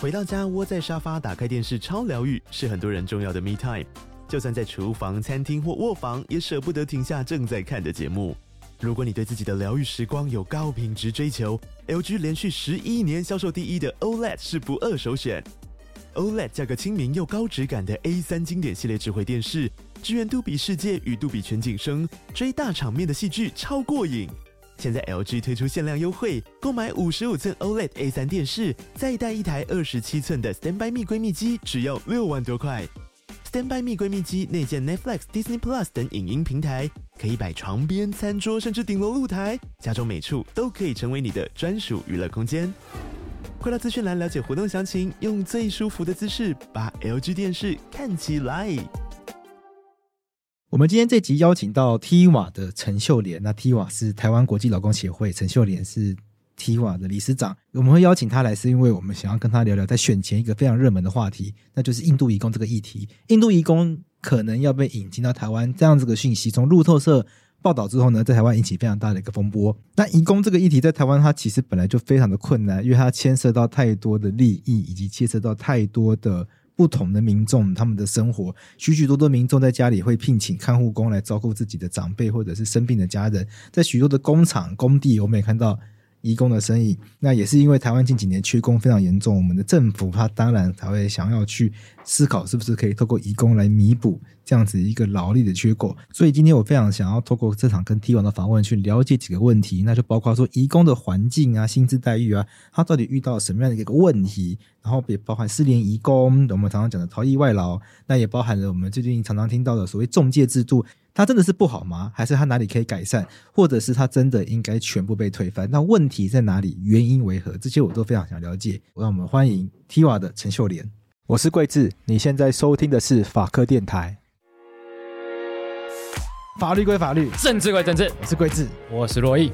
回到家窝在沙发打开电视超疗愈，是很多人重要的 me time。就算在厨房、餐厅或卧房，也舍不得停下正在看的节目。如果你对自己的疗愈时光有高品质追求， LG 连续11年销售第一的 OLED 是不二首选。OLED 价格亲民又高质感的 A3 经典系列智慧电视，支援杜比世界与杜比全景声，追大场面的戏剧超过瘾。现在 LG 推出限量优惠，购买55寸 OLED A3 电视，再带一台27寸的 Standby 蜜闺蜜机，只要6万多块。Standby 蜜闺蜜机内建 Netflix、Disney Plus 等影音平台，可以摆床边、餐桌，甚至顶楼露台，家中每处都可以成为你的专属娱乐空间。快到资讯栏了解活动详情，用最舒服的姿势把 LG 电视看起来。 我们今天这集邀请到 TIWA 的陈秀莲，那 TIWA 是台湾国际劳工协会，陈秀莲是 TIWA 的理事长。我们会邀请他来是因为我们想要跟他聊聊在选前一个非常热门的话题，那就是印度移工这个议题。印度移工可能要被引进到台湾这样子的讯息，从路透社报道之后呢，在台湾引起非常大的一个风波。那移工这个议题在台湾它其实本来就非常的困难，因为它牵涉到太多的利益，以及牵涉到太多的不同的民众他们的生活。许许多多民众在家里会聘请看护工来照顾自己的长辈或者是生病的家人，在许多的工厂工地我们也看到移工的身影。那也是因为台湾近几年缺工非常严重，我们的政府它当然才会想要去思考是不是可以透过移工来弥补这样子一个劳力的缺口。所以今天我非常想要透过这场跟 TIWA 的访问去了解几个问题，那就包括说移工的环境啊、薪资待遇啊，他到底遇到什么样的一个问题，然后也包含失联移工，我们常常讲的逃逸外劳，那也包含了我们最近常常听到的所谓仲介制度，它真的是不好吗？还是它哪里可以改善？或者是它真的应该全部被推翻？那问题在哪里？原因为何？这些我都非常想了解。让我们欢迎 TIWA 的陈秀莲。我是桂智，你现在收听的是法科电台。法律归法律， 政治归政治。 我是桂智， 我是罗毅。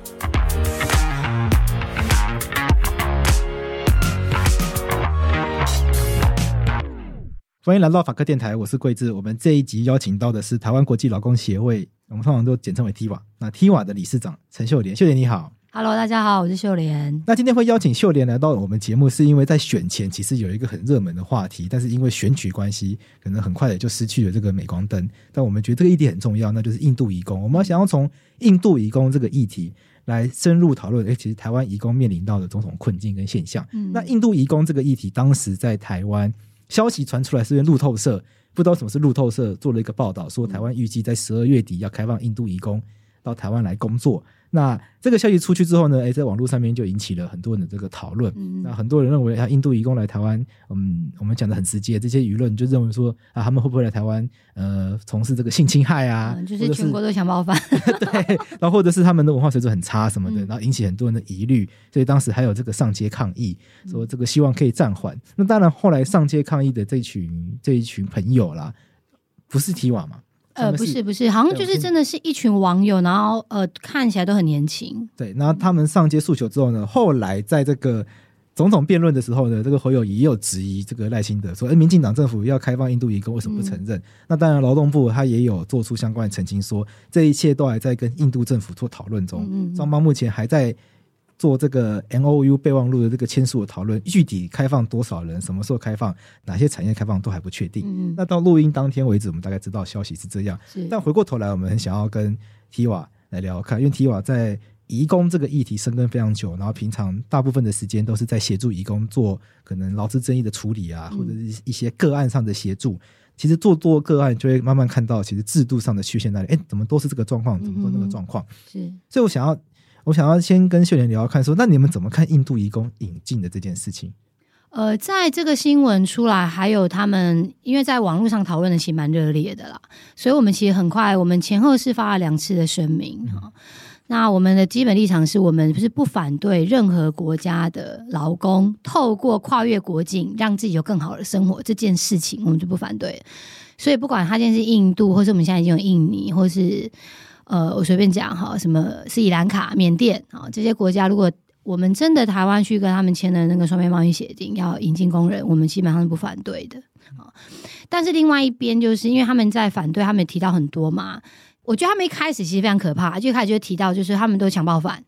欢迎来到法科电台，我是桂智。我们这一集邀请到的是台湾国际劳工协会，我们通常都简称为 TIWA。那 TIWA 的理事长陈秀莲，秀莲你好。 Hello， 大家好，我是秀莲。 那今天会邀请秀莲来到我们节目，是因为在选前其实有一个很热门的话题，但是因为选举关系，可能很快的就失去了这个镁光灯。但我们觉得这个议题很重要，那就是印度移工。我们想要从印度移工这个议题来深入讨论，其实台湾移工面临到的种种困境跟现象。那印度移工这个议题，当时在台湾消息传出来是因为路透社，不知道什么是路透社做了一个报道，说台湾预计在12月底要开放印度移工到台湾来工作。那这个消息出去之后呢，在网络上面就引起了很多人的这个讨论。那很多人认为印度移工来台湾，我们讲的很直接，这些舆论就认为说他们会不会来台湾从事这个性侵害啊， 就是全国都想包饭对，然后或者是他们的文化水准很差什么的，然后引起很多人的疑虑，所以当时还有这个上街抗议，说这个希望可以暂缓。那当然后来上街抗议的这一群朋友啦，不是 TIWA 嘛？ 不是，好像就是真的是一群网友，然后看起来都很年轻。 对，然后他们上街诉求之后呢，后来在这个总统辩论的时候呢，这个侯友宜也有质疑这个赖清德，说民进党政府要开放印度移工为什么不承认？那当然劳动部他也有做出相关的澄清，说这一切都还在跟印度政府做讨论中，双方目前还在做这个 MOU 备忘录的这个签署的讨论，具体开放多少人，什么时候开放，哪些产业开放都还不确定。那到录音当天为止，我们大概知道消息是这样。但回过头来，我们很想要跟 TIWA 来聊看，因为 TIWA 在移工这个议题深耕非常久，然后平常大部分的时间都是在协助移工做可能劳资争议的处理啊，或者是一些个案上的协助。其实做多个案就会慢慢看到，其实制度上的缺陷那里，怎么都是这个状况，怎么都那个状况。所以我想要先跟秀莲聊看说，那你们怎么看印度移工引进的这件事情？ 在这个新闻出来，还有他们因为在网络上讨论的其实蛮热烈的啦，所以我们其实很快，我们前后是发了2次的声明。那我们的基本立场是我们是不反对任何国家的劳工透过跨越国境让自己有更好的生活这件事情，我们就不反对。所以不管他现在是印度，或是我们现在已经有印尼，或是我随便讲哈，什么斯里兰卡、缅甸这些国家，如果我们真的台湾去跟他们签的那个双边贸易协定要引进工人，我们基本上是不反对的。但是另外一边就是因为他们在反对，他们也提到很多嘛，我觉得他们一开始其实非常可怕，就一开始就提到就是他们都强暴犯，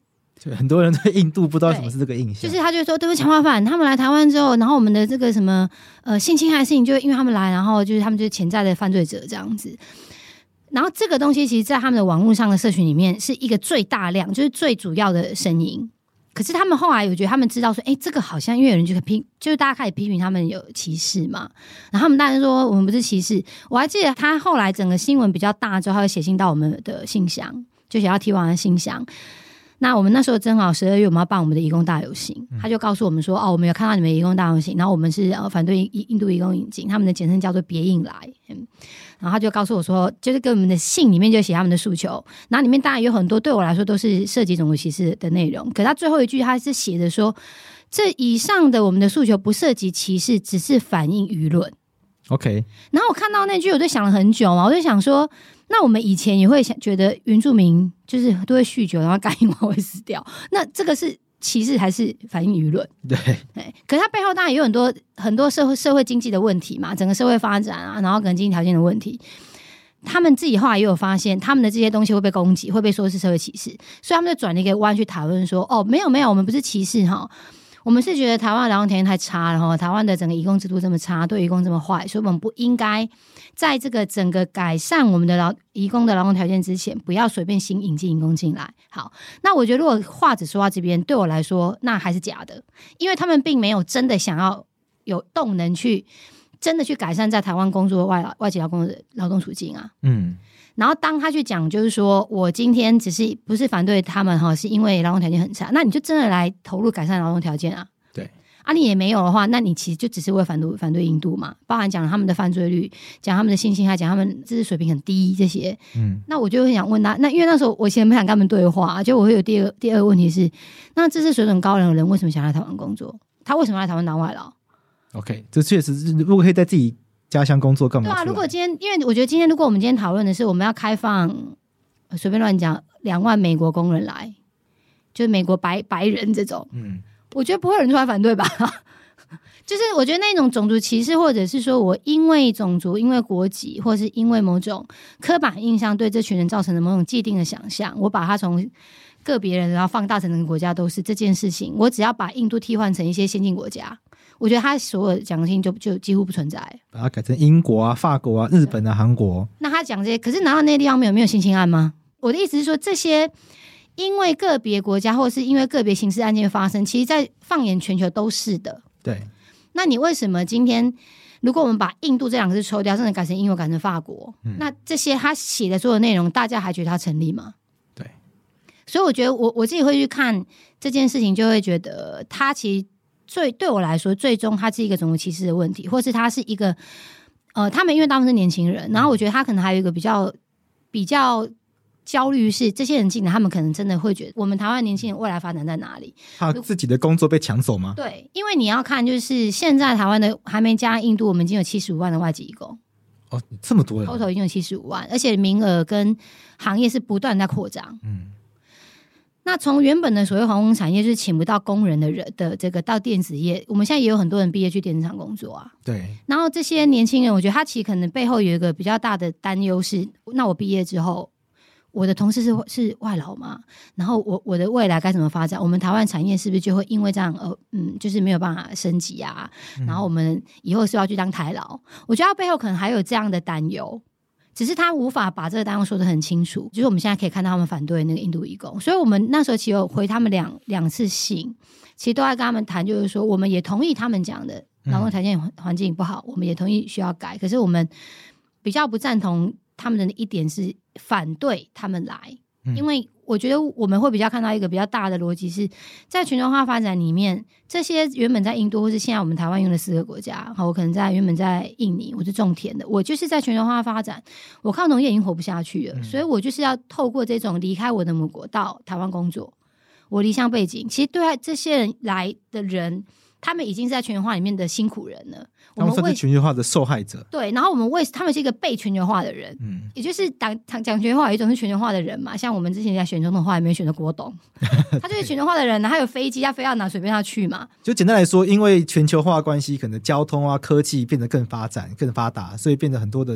对，很多人对印度不知道什么是这个印象， 就是他就说对不起，强化犯他们来台湾之后，然后我们的这个什么性侵害的事情，就因为他们来，然后就是他们就是潜在的犯罪者这样子。然后这个东西其实在他们的网络上的社群里面是一个最大量，就是最主要的声音。可是他们后来有觉得他们知道说，这个好像因为有人就就是大家开始批评他们有歧视嘛，然后他们当然说我们不是歧视。我还记得他后来整个新闻比较大之后，他会写信到我们的信箱，就写到 T1 的信箱。那我们那时候正好12月我们要办我们的移工大游行，他就告诉我们说，我们有看到你们的移工大游行，然后我们是反对印度移工引进，他们的简称叫做别印来。然后他就告诉我说，就是跟我们的信里面就写他们的诉求，然后里面当然有很多对我来说都是涉及种族歧视的内容，可他最后一句他是写的说，这以上的我们的诉求不涉及歧视，只是反映舆论。 OK， 然后我看到那句我就想了很久嘛，我就想说，那我们以前也会觉得原住民就是都会酗酒，然后肝硬化会死掉，那这个是歧视还是反映舆论？ 对， 可是它背后当然也有很多社会经济的问题嘛，整个社会发展啊，然后可能经济条件的问题。他们自己后来也有发现，他们的这些东西会被攻击，会被说是社会歧视，所以他们就转了一个弯去讨论说，没有，我们不是歧视哈。我们是觉得台湾的劳动条件太差，然后台湾的整个移工制度这么差，对移工这么坏，所以我们不应该在这个整个改善我们的移工的劳动条件之前，不要随便新引进移工进来。好，那我觉得如果话只说到这边，对我来说那还是假的，因为他们并没有真的想要有动能去真的去改善在台湾工作外籍劳工的劳动处境啊。然后当他去讲就是说我今天不是反对他们是因为劳动条件很差，那你就真的来投入改善劳动条件啊。 对啊，你也没有的话，那你其实就只是为反对印度嘛，包含讲他们的犯罪率，讲他们的性侵害，讲他们知识水平很低这些。那我就会想问他，那因为那时候我以前没想跟他们对话，就我会有第二个问题是，那知识水准高的人为什么想来台湾工作？他为什么来台湾当外劳？ OK， 这确实是，如果可以在自己家乡工作干嘛？ 对啊，如果今天，因为我觉得今天如果我们今天讨论的是我们要开放，随便乱讲2万美国工人来，就是美国白人这种，我觉得不会有人出来反对吧？就是我觉得那种种族歧视，或者是说我因为种族、因为国籍，或是因为某种刻板印象对这群人造成的某种既定的想象，我把它从个别人然后放大成整个国家都是这件事情，我只要把印度替换成一些先进国家，我觉得它所有的讲性就几乎不存在， 把它改成英国啊、法国啊、日本啊、韩国。 那他讲这些，可是难道那地方没有性侵案吗？我的意思是说，这些因为个别国家或者是因为个别刑事案件发生，其实在放眼全球都是的。 对， 那你为什么今天如果我们把印度这两个字抽掉，甚至改成英国、改成法国，那这些他写的所有内容，大家还觉得他成立吗？ 对， 所以我觉得我自己会去看这件事情，就会觉得他其实对我来说，最终它是一个种族歧视的问题，或是它是一个他们因为大部分是年轻人，然后我觉得他可能还有一个比较焦虑是这些人进来，他们可能真的会觉得我们台湾年轻人未来发展在哪里？ 他自己的工作被抢走吗？ 对，因为你要看，就是现在台湾的还没加印度，我们已经有75万的外籍移工。 哦，这么多人 ，total 已经有75万，而且名额跟行业是不断在扩张。那从原本的所谓航空产业就是请不到工人的人的这个到电子业，我们现在也有很多人毕业去电子厂工作啊。 对。 然后这些年轻人，我觉得他其实可能背后有一个比较大的担忧是，那我毕业之后，我的同事是外劳吗？然后我的未来该怎么发展？我们台湾产业是不是就会因为这样就是没有办法升级啊？然后我们以后是要去当台劳？我觉得他背后可能还有这样的担忧。只是他无法把这个单位说得很清楚，就是我们现在可以看到他们反对那个印度移工，所以我们那时候其实有回他们两次信，其实都在跟他们谈，就是说我们也同意他们讲的劳动条件环境不好，我们也同意需要改，可是我们比较不赞同他们的一点是反对他们来，因为我觉得我们会比较看到一个比较大的逻辑是在全球化发展里面，这些原本在印度或是现在我们台湾用的4个国家，我可能原本在印尼我是种田的，我就是在全球化发展，我靠农业已经活不下去了，所以我就是要透过这种离开我的母国到台湾工作，我离乡背景，其实对这些人来的人，他们已经是在全球化里面的辛苦人了， 他们算是全球化的受害者。 对，然后我们他们是一个被全球化的人，也就是讲全球化有一种是全球化的人嘛，像我们之前在选总统话也没有选择国董，他就是全球化的人，他有飞机，他飞到哪随便他去嘛。 就简单来说，因为全球化关系，可能交通啊、科技变得更发展、更发达，所以变得很多的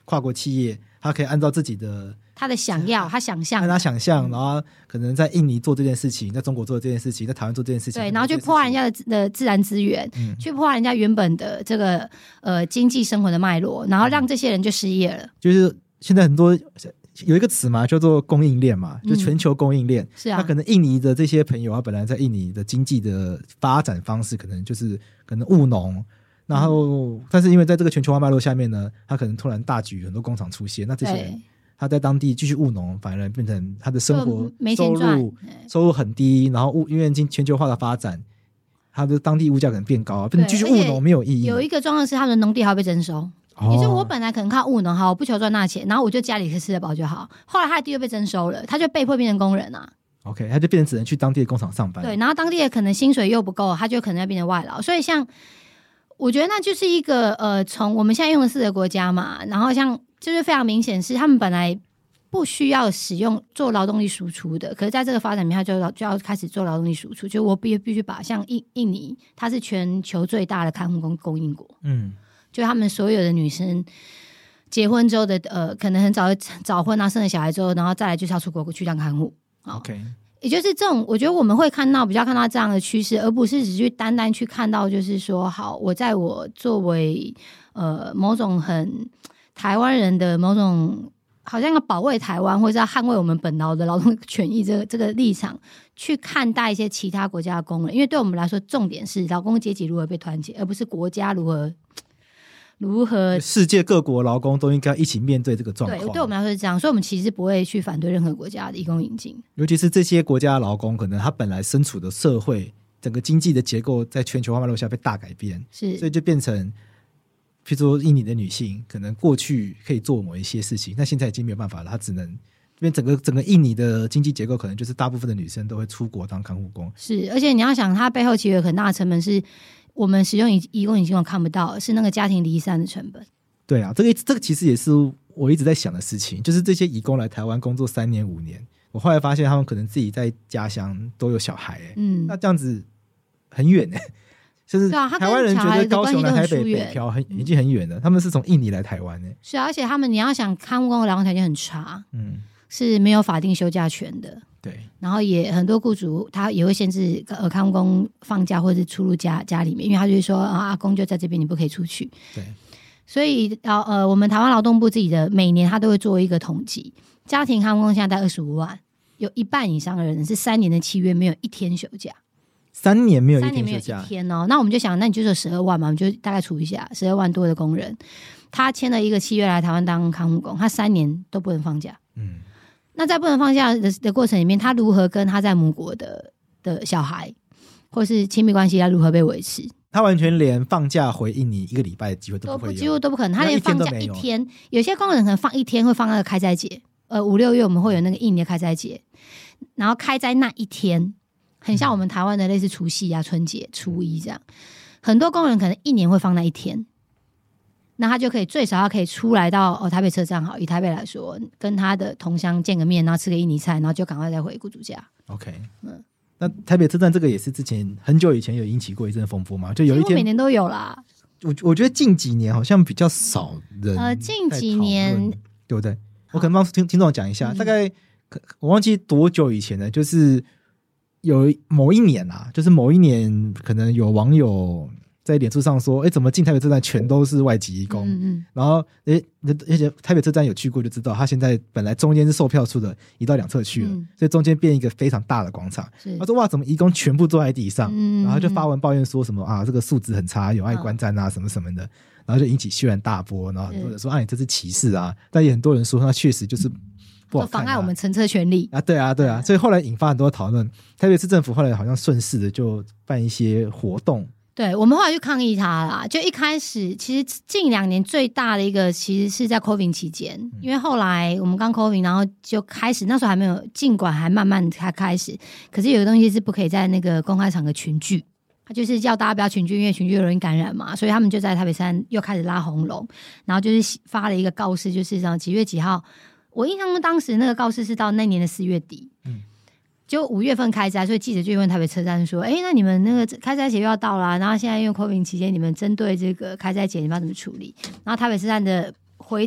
跨国企业，他可以按照自己的他的想要，他想象， 按他想象，然后可能在印尼做这件事情，在中国做这件事情，在台湾做这件事情， 对，然后去破坏人家的自然资源，去破坏人家原本的这个经济生活的脉络，然后让这些人就失业了。 就是现在很多有一个词嘛，叫做供应链嘛，就全球供应链。 是啊， 那可能印尼的这些朋友，他本来在印尼的经济的发展方式，可能就是可能务农。然后，但是因为在这个全球化脉络下面呢，他可能突然大举很多工厂出现，那这些人他在当地继续务农，反而变成他的生活收入很低，然后因为全球化的发展，他的当地物价可能变高，变成继续务农没有意义。 有一个状况是，他们的农地还会被征收。也就是我本来可能靠务农好，我不求赚大钱，然后我就家里可以吃得饱就好。后来他的地又被征收了，他就被迫变成工人啊。 OK， 他就变成只能去当地的工厂上班。 对，然后当地的可能薪水又不够，他就可能要变成外劳。所以像我觉得那就是一个从我们现在用的4个国家嘛，然后像就是非常明显是他们本来不需要使用做劳动力输出的，可是在这个发展里面，他就要开始做劳动力输出。就我必须把像印尼，它是全球最大的看护供应国，就他们所有的女生结婚之后的可能很早婚啊，生了小孩之后，然后再来就是要出国去当看护。 OK， 也就是这种，我觉得我们会比较看到这样的趋势，而不是只去单单去看到，就是说，好，我作为某种很台湾人的某种，好像要保卫台湾或者要捍卫我们本劳的劳动权益这个立场去看待一些其他国家的工人，因为对我们来说，重点是劳工阶级如何被团结，而不是国家如何世界各国劳工都应该一起面对这个状况。 对我们来说是这样，所以我们其实不会去反对任何国家的移工引进， 尤其是这些国家的劳工，可能他本来身处的社会整个经济的结构在全球化脉络下被大改变， 是， 所以就变成譬如说印尼的女性可能过去可以做某一些事情，但现在已经没有办法了，她只能因为整个印尼的经济结构可能就是大部分的女生都会出国当看护工。 是，而且你要想它背后其实有很大的成本是我们使用移工引进我看不到，是那个家庭离散的成本。 对啊，这个其实也是我一直在想的事情，就是这些移工来台湾工作3年5年，我后来发现他们可能自己在家乡都有小孩，那这样子很远就是台湾人觉得高雄来台北北漂已经很远了，他们是从印尼来台湾是啊，而且你要想看护工的劳动条件很差，是没有法定休假权的。 对， 然后也很多雇主他也会限制看护工放假或者出入家里面，因为他就会说阿公就在这边，你不可以出去。 对， 所以我们台湾劳动部自己的每年他都会做一个统计，家庭看护工现在在25万，有一半以上的人是3年的契约没有一天休假。 3年没有一天休假， 3年没有一天哦。那我们就想，那你就是12万嘛，我们就大概除一下，12万多的工人，他签了一个契约来台湾当看护工，他3年都不能放假。那在不能放假的过程里面，他如何跟他在母国的小孩或是亲密关系，他如何被维持？ 他完全连放假回印尼1个礼拜的机会都不会有， 几乎都不可能。他连放假一天，有些工人可能放1天会放那个开斋节，5、6月我们会有那个印尼的开斋节，然后开斋那一天，很像我们台湾的类似除夕啊、春节、初一这样。很多工人可能1年会放那一天。那他就可以最少他可以出来到台北车站，好，以台北来说，跟他的同乡见个面，然后吃个印尼菜，然后就赶快再回雇主家。 OK，那台北车站这个也是之前很久以前有引起过一阵风波嘛，就有一天每年都有啦。 我觉得近几年好像比较少人近几年对不对？我可能帮听众讲一下，大概我忘记多久以前了，就是有某一年啊，就是某一年可能有网友在脸书上说，怎么进台北车站全都是外籍移工？然后而且台北车站有去过就知道，他现在本来中间是售票处的，移到2侧去了，所以中间变一个非常大的广场。他说哇，怎么移工全部坐在地上？然后就发文抱怨说什么啊，这个素质很差，有碍观瞻啊，什么什么的，然后就引起轩然大波。然后很多人说你这是歧视啊，但也很多人说他确实就是不好看， 妨碍我们乘车权利啊，对啊，对啊，所以后来引发很多讨论。台北市政府后来好像顺势的就办一些活动。 对，我们后来去抗议他啦。就一开始，其实近2年最大的一个，其实是在 COVID 期间，因为后来我们刚 COVID， 然后就开始，那时候还没有禁管，还慢慢才开始。可是有个东西是不可以在那个公开场合群聚，他就是叫大家不要群聚，因为群聚有人感染嘛，所以他们就在台北山又开始拉红龙，然后就是发了一个告示，就是几月几号。我印象中当时那个告示是到那年的4月底。就5月份开斋，所以记者就问台北车站说：“那你们那个开斋节又要到啦，然后现在因为 COVID 期间，你们针对这个开斋节，你们要怎么处理？”然后台北车站的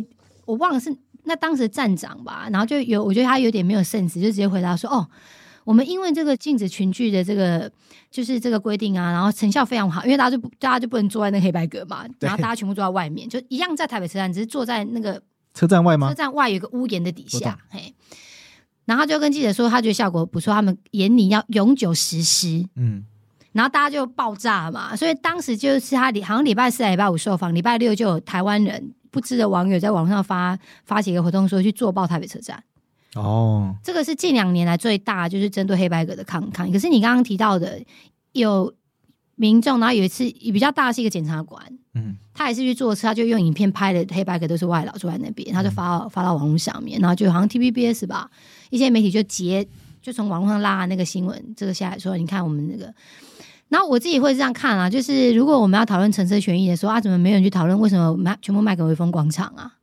我忘了是那当时站长吧，然后我觉得他有点没有 sense， 就直接回答说哦。我们因为这个禁止群聚的这个就是这个规定啊，然后成效非常好，因为大家就不能坐在那个黑白格嘛，然后大家全部坐在外面，就一样在台北车站，只是坐在那个车站外吗？ 车站外有一个屋檐的底下，嘿。然后他就跟记者说，他觉得效果不错，他们严拟要永久实施。然后大家就爆炸嘛，所以当时就是他好像礼拜4、礼拜5受访，礼拜6就有台湾人不知的网友在网上发起一个活动，说去坐爆台北车站。这个是近2年来最大就是针对黑白格的抗议。可是你刚刚提到的有民众，然后有一次比较大的是一个检察官，他也是去坐车，他就用影片拍的黑白格都是外劳坐在那边，他就发到网络上面，然后就好像 TVBS 吧，一些媒体就从网络上拉那个新闻这个下来说，你看我们那个。然后我自己会这样看啊，就是如果我们要讨论乘车权益的时候怎么没有人去讨论为什么全部卖给微风广场啊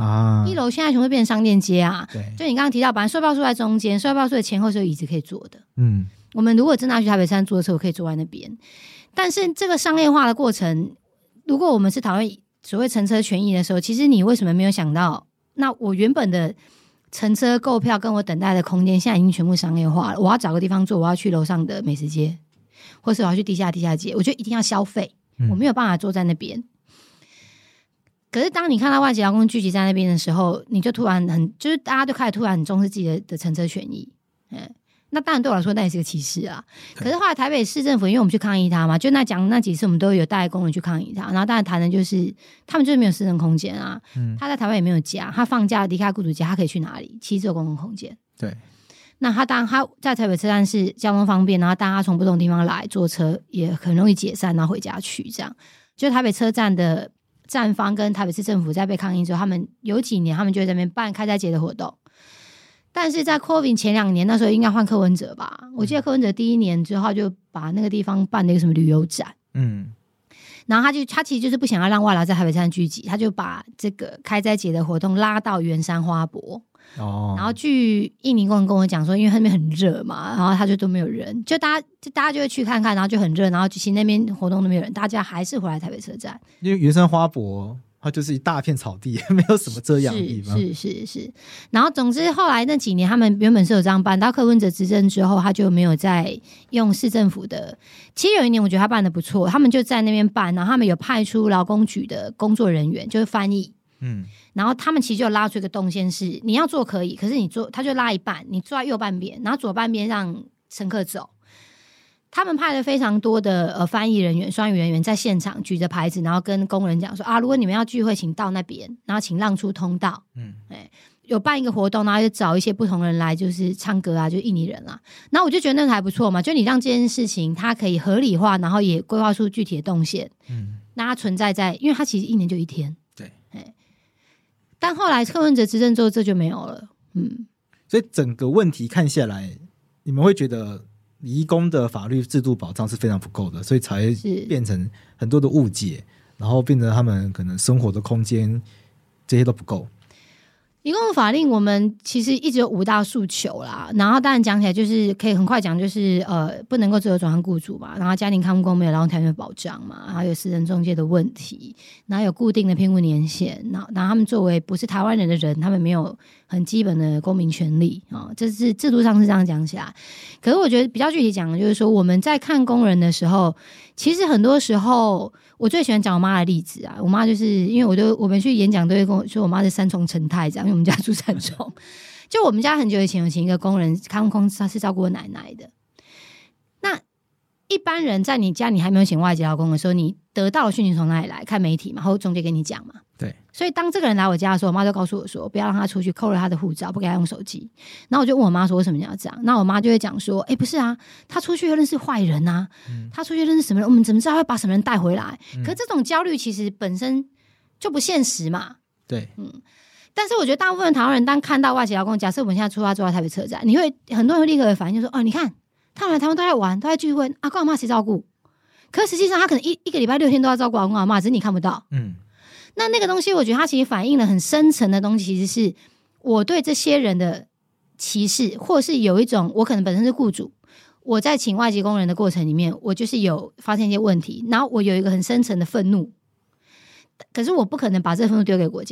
？1楼现在全部变成商店街啊！对，就你刚刚提到，本来售票处在中间，售票处的前后是有椅子可以坐的。我们如果真的要去台北车站坐车，我可以坐在那边。但是这个商业化的过程，如果我们是讨论所谓乘车权益的时候，其实你为什么没有想到，那我原本的乘车购票跟我等待的空间，现在已经全部商业化了。我要找个地方坐，我要去楼上的美食街，或是我要去地下街，我就一定要消费，我没有办法坐在那边。可是当你看到外籍劳工聚集在那边的时候，你就突然就是大家就开始突然很重视自己的乘车权益。那当然对我来说那也是个歧视啊。可是后来台北市政府因为我们去抗议他嘛，就那几次我们都有带工人去抗议他，然后当然谈的就是他们就是没有私人空间啊。他在台湾也没有家，他放假离开雇主家他可以去哪里？其实只有公共空间。对。那他在台北车站是交通方便，然后大家从不同地方来坐车也很容易解散，然后回家去这样。就台北车站的站方跟台北市政府在被抗议之后，他们有几年他们就在那边办开斋节的活动。但是在 COVID 前2年，那时候应该换柯文哲吧，我记得柯文哲第1年之后就把那个地方办了一个什么旅游展，然后他其实就是不想要让外劳在台北站聚集，他就把这个开斋节的活动拉到圆山花博。然后据印尼工人跟我讲说，因为那边很热嘛，然后他就都没有人，就大家就会去看看，然后就很热，然后其实那边活动都没有人，大家还是回来台北车站， 因为圆山花博它就是一大片草地，没有什么遮阳的地方。 是。然后总之后来那几年他们原本是有这样办，到柯文哲执政之后他就没有再用市政府的。其实有1年我觉得他办得不错，他们就在那边办，然后他们有派出劳工局的工作人员就是翻译，然后他们其实就拉出一个动线，是你要坐可以，可是你坐他就拉一半，你坐在右半边，然后左半边让乘客走。他们派了非常多的翻译人员、双语人员在现场举着牌子，然后跟工人讲说如果你们要聚会，请到那边，然后请让出通道。有办一个活动，然后就找一些不同人来，就是唱歌啊，就印尼人啦。然后我就觉得那个还不错嘛，就你让这件事情它可以合理化，然后也规划出具体的动线，那它存在在，因为它其实1年就1天。对。但后来柯文哲执政之后，这就没有了。 所以整个问题看下来，你们会觉得移工的法律制度保障是非常不够的，所以才变成很多的误解，然后变成他们可能生活的空间这些都不够。 移工法令我们其实一直有5大诉求啦，然后当然讲起来就是可以很快讲，就是不能够自由转换雇主嘛，然后家庭看护工没有劳动条件保障嘛，还有私人中介的问题，然后有固定的聘雇年限，然后他们作为不是台湾人的人，他们没有很基本的公民权利这是制度上是这样讲起来。可是我觉得比较具体讲的就是说，我们在看工人的时候，其实很多时候我最喜欢讲我妈的例子啊。我妈就是因为我们去演讲都会跟我说，我妈是3重成太这样，因为我们家住3重。就我们家很久以前有请一个工人，看护工他是照顾我奶奶的。那一般人在你家你还没有请外籍劳工的时候，你得到的讯息从哪里来？看媒体嘛，或中介跟你讲嘛。对。所以当这个人来我家的时候，我妈就告诉我说，不要让他出去，扣了他的护照，不给他用手机。然后我就问我妈说，为什么你要这样？那我妈就会讲说，不是啊，他出去认识坏人啊，他出去认识什么人，我们怎么知道他会把什么人带回来？可是这种焦虑其实本身就不现实嘛。对，但是我觉得大部分台湾人当看到外籍劳工，假设我们现在出发坐在台北车站，很多人会立刻反应就说，你看他们来台湾都在玩，都在聚会，阿公阿嬷谁照顾？可是实际上他可能一个礼拜6天都要照顾阿公阿嬷，只是你看不到。那个东西我觉得它其实反映了很深层的东西，其实是我对这些人的歧视，或是有一种我可能本身是雇主，我在请外籍工人的过程里面，我就是有发现一些问题，然后我有一个很深层的愤怒，可是我不可能把这个愤怒丢给国家，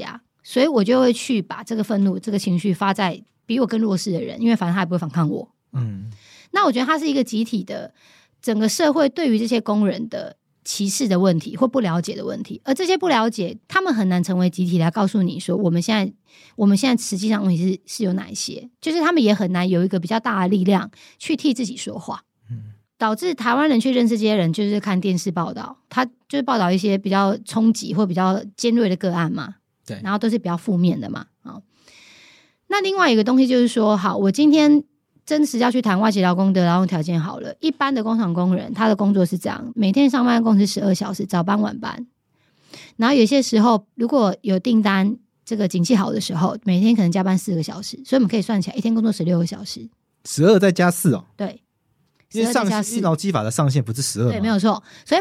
所以我就会去把这个愤怒这个情绪发在比我更弱势的人，因为反正他也不会反抗我。那我觉得它是一个集体的，整个社会对于这些工人的歧视的问题或不了解的问题，而这些不了解他们很难成为集体来告诉你说我们现在实际上问题是有哪一些，就是他们也很难有一个比较大的力量去替自己说话。导致台湾人去认识这些人就是看电视报道，他就是报道一些比较冲击或比较尖锐的个案嘛， 对， 然后都是比较负面的嘛。那另外一个东西就是说，好，我今天真实要去谈外籍劳工的劳动条件好了，一般的工厂工人他的工作是这样，每天上班工时12小时，早班晚班，然后有些时候如果有订单，这个景气好的时候，每天可能加班4个小时，所以我们可以算起来一天工作16个小时 ，12再加4哦， 对。 因为劳基法的上限不是12吗？ 对，没有错。所以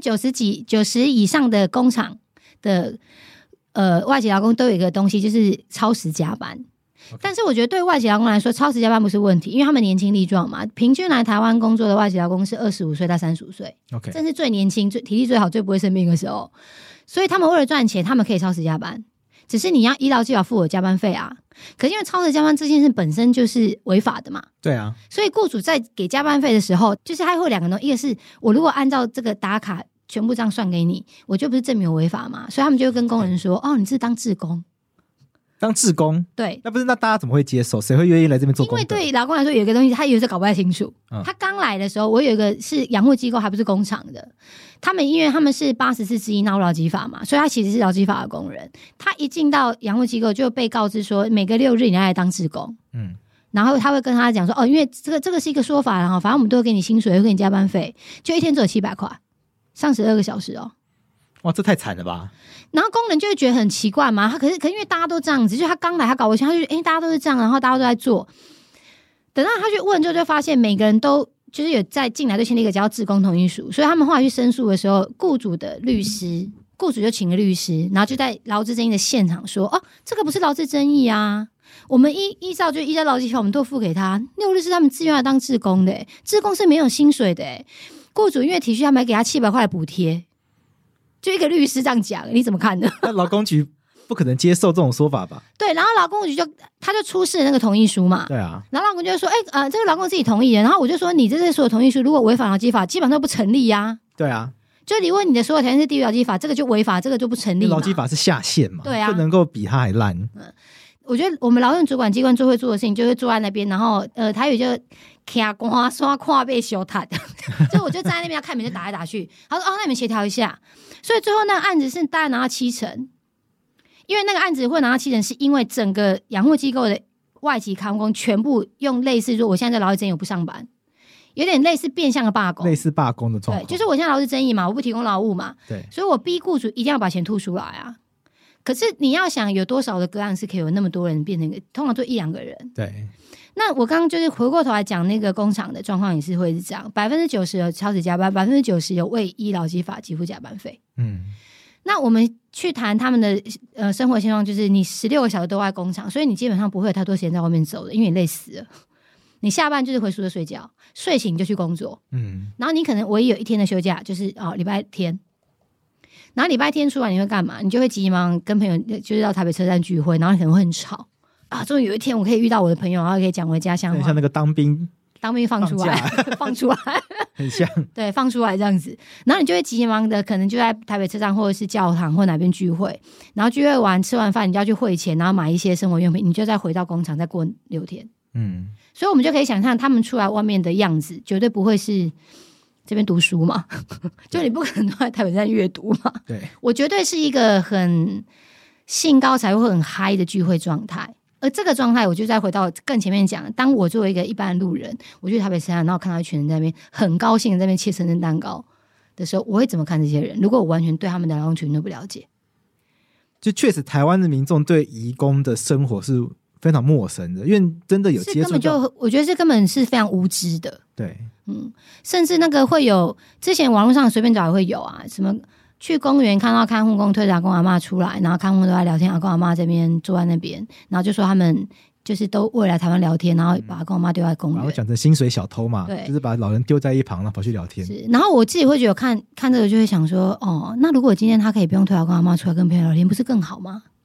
90%以上的工厂的外籍劳工都有一个东西，就是超时加班。但是我觉得对外籍劳工来说，超时加班不是问题，因为他们年轻力壮嘛。平均来台湾工作的外籍劳工是25岁到35岁，这是最年轻、最体力最好、最不会生病的时候。所以他们为了赚钱，他们可以超时加班。只是你要依劳基法付我加班费啊，可是因为超时加班这件事本身就是违法的嘛， 对啊， 所以雇主在给加班费的时候，就是他会2个东西，一个是我如果按照这个打卡全部这样算给你，我就不是证明我违法嘛，所以他们就会跟工人说，哦，你是当志工。 当志工， 对， 那大家怎么会接受？谁会愿意来这边做工？ 因为对劳工来说，有一个东西他有时候搞不太清楚。他刚来的时候，我有一个是养护机构，还不是工厂的。因为他们是84之一纳入劳基法嘛，所以他其实是劳基法的工人。他一进到养护机构就被告知说，每个6日你要来当志工。然后他会跟他讲说，哦，因为这个是一个说法，然后反正我们都会给你薪水，会给你加班费，就一天只有700块，上12个小时哦。 哇，这太惨了吧！ 然后工人就会觉得很奇怪嘛，可是因为大家都这样子，就他刚来，他搞不清，他就大家都是这样，然后大家都在做。等到他去问之后，就发现每个人都就是有在进来就签了一个叫志工同意书，所以他们后来去申诉的时候，雇主就请了律师，然后就在劳资争议的现场说，哦，这个不是劳资争议啊，我们依照劳基法，我们都付给他，6日是他们自愿来当志工的，志工是没有薪水的，雇主因为体恤他们还给他700块的补贴。就一个律师这样讲，你怎么看呢？ 那劳工局不可能接受这种说法吧？ 对，然后劳工局他就出示了那个同意书嘛。 对啊， 然后劳工就说，这个劳工自己同意的。然后我就说，你这些所有同意书如果违反劳基法，基本上都不成立啊。 对啊， 就你问你的所有条件是低于劳基法，这个就违法，这个就不成立嘛。 劳基法是下限嘛？ 对啊， 不能够比他还烂。 我觉得我们劳动主管机关最会做的事情，就是坐在那边，然后台语就卡瓜刷跨背修塔，就我就站在那边看，每天打来打去。他说，哦，那你们协调一下。所以最后那个案子是大概拿到70%，因为那个案子会拿到70%，是因为整个养护机构的外籍劳工全部用类似说，我现在在劳资争议我不上班，有点类似变相的罢工， 类似罢工的状况。 对，就是我现在劳资争议嘛，我不提供劳务嘛， 对， 所以我逼雇主一定要把钱吐出来啊。可是你要想有多少的个案是可以有那么多人变成通常就1-2个人。 对， 那我刚刚就是回过头来讲那个工厂的状况也是会是这样，90%有超时加班，90%有未依劳基法给付加班费。那我们去谈他们的生活现状，就是你16个小时都在工厂，所以你基本上不会有太多时间在外面走的，因为你累死了。你下班就是回宿舍睡觉，睡醒就去工作。然后你可能唯一有1天的休假，就是礼拜天。然后礼拜天出来你会干嘛？你就会急忙跟朋友就是到台北车站聚会，然后你可能会很吵啊。终于有一天我可以遇到我的朋友，然后可以讲我的家乡话， 像那个当兵放出来，放出来， 很像。 对，放出来这样子。然后你就会急忙的，可能就在台北车站或者是教堂或哪边聚会，然后聚会完吃完饭，你就要去汇钱，然后买一些生活用品，你就再回到工厂再过6天。所以我们就可以想象他们出来外面的样子，绝对不会是这边读书嘛，就你不可能都在台北站阅读嘛。 对， 我绝对是一个很兴高采烈会很嗨的聚会状态。而这个状态，我就再回到更前面讲，当我作为一个一般的路人，我去台北车站，然后看到一群人在那边很高兴的在那边切生日蛋糕的时候，我会怎么看这些人？如果我完全对他们的劳动群都不了解， 就确实台湾的民众对移工的生活是非常陌生的，因为真的有接触到， 我觉得这根本是非常无知的。 对， 甚至那个会有之前网络上随便找也会有啊，什么去公园看到看护工推着阿公阿嬷出来，然后看护都在聊天，阿公阿嬷这边坐在那边，然后就说他们就是都为了台湾聊天，然后把阿公阿嬷丢在公园， 然后讲成薪水小偷嘛， 对， 就是把老人丢在一旁，然后跑去聊天。 是，然后我自己会觉得看这个就会想说，哦，那如果今天他可以不用推阿公阿嬷出来跟朋友聊天，不是更好吗？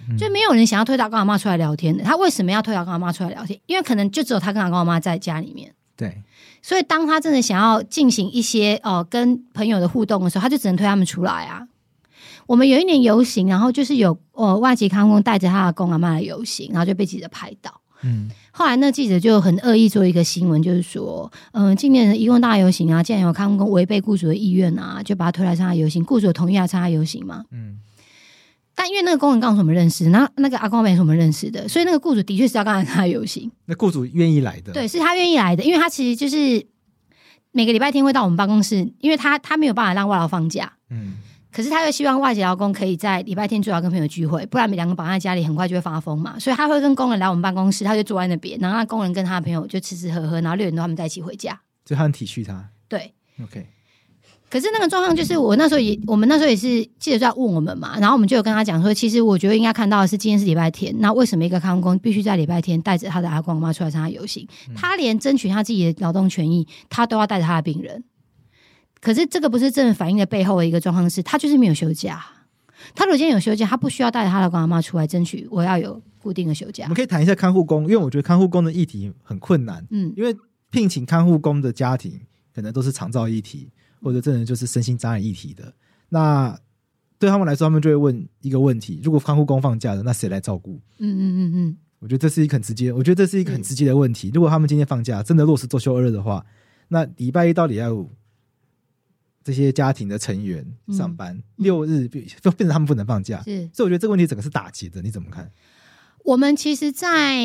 就没有人想要推阿公阿嬷出来聊天的。他为什么要推阿公阿嬷出来聊天？因为可能就只有他跟阿公阿嬷在家里面。 对， 所以当他真的想要进行一些跟朋友的互动的时候，他就只能推他们出来啊。我们有一年游行，然后就是有外籍看护工带着他的阿公阿嬷来游行，然后就被记者拍到。后来那记者就很恶意做一个新闻，就是说，今年的移工大游行啊，既然有看护工违背雇主的意愿啊，就把他推来参加游行，雇主有同意来参加游行嘛？但因为那个工人刚好是我们认识，那个阿公阿嬷也是我们认识的，所以那个雇主的确是要跟他游行。 那雇主愿意来的， 对，是他愿意来的，因为他其实就是每个礼拜天会到我们办公室，因为他没有办法让外劳放假，可是他又希望外籍劳工可以在礼拜天最好跟朋友聚会，不然两个绑在家里很快就会发疯嘛。所以他会跟工人来我们办公室，他就坐在那边，然后那工人跟他的朋友就吃吃喝喝，然后6点多他们在一起回家。 就他很体恤他。 对 ，OK。 可是那个状况就是我们那时候也是记者就在问我们嘛，然后我们就有跟他讲说，其实我觉得应该看到的是今天是礼拜天，那为什么一个看护工必须在礼拜天带着他的阿公阿嬷出来参加游行？他连争取他自己的劳动权益，他都要带着他的病人。可是这个不是真的反映的背后的一个状况是，他就是没有休假。他如果今天有休假，他不需要带着他的阿公阿嬷出来争取我要有固定的休假。 我们可以谈一下看护工，因为我觉得看护工的议题很困难。因为聘请看护工的家庭可能都是长照议题，或者真的就是身心障碍议题的。那对他们来说，他们就会问一个问题：如果看护工放假了，那谁来照顾？我觉得这是一个很直接，的问题。如果他们今天放假，真的落实周休2日的话，那礼拜1到礼拜5。这些家庭的成员上班6日就变成他们不能放假，所以我觉得这个问题整个是打结的，你怎么看？ 我们其实在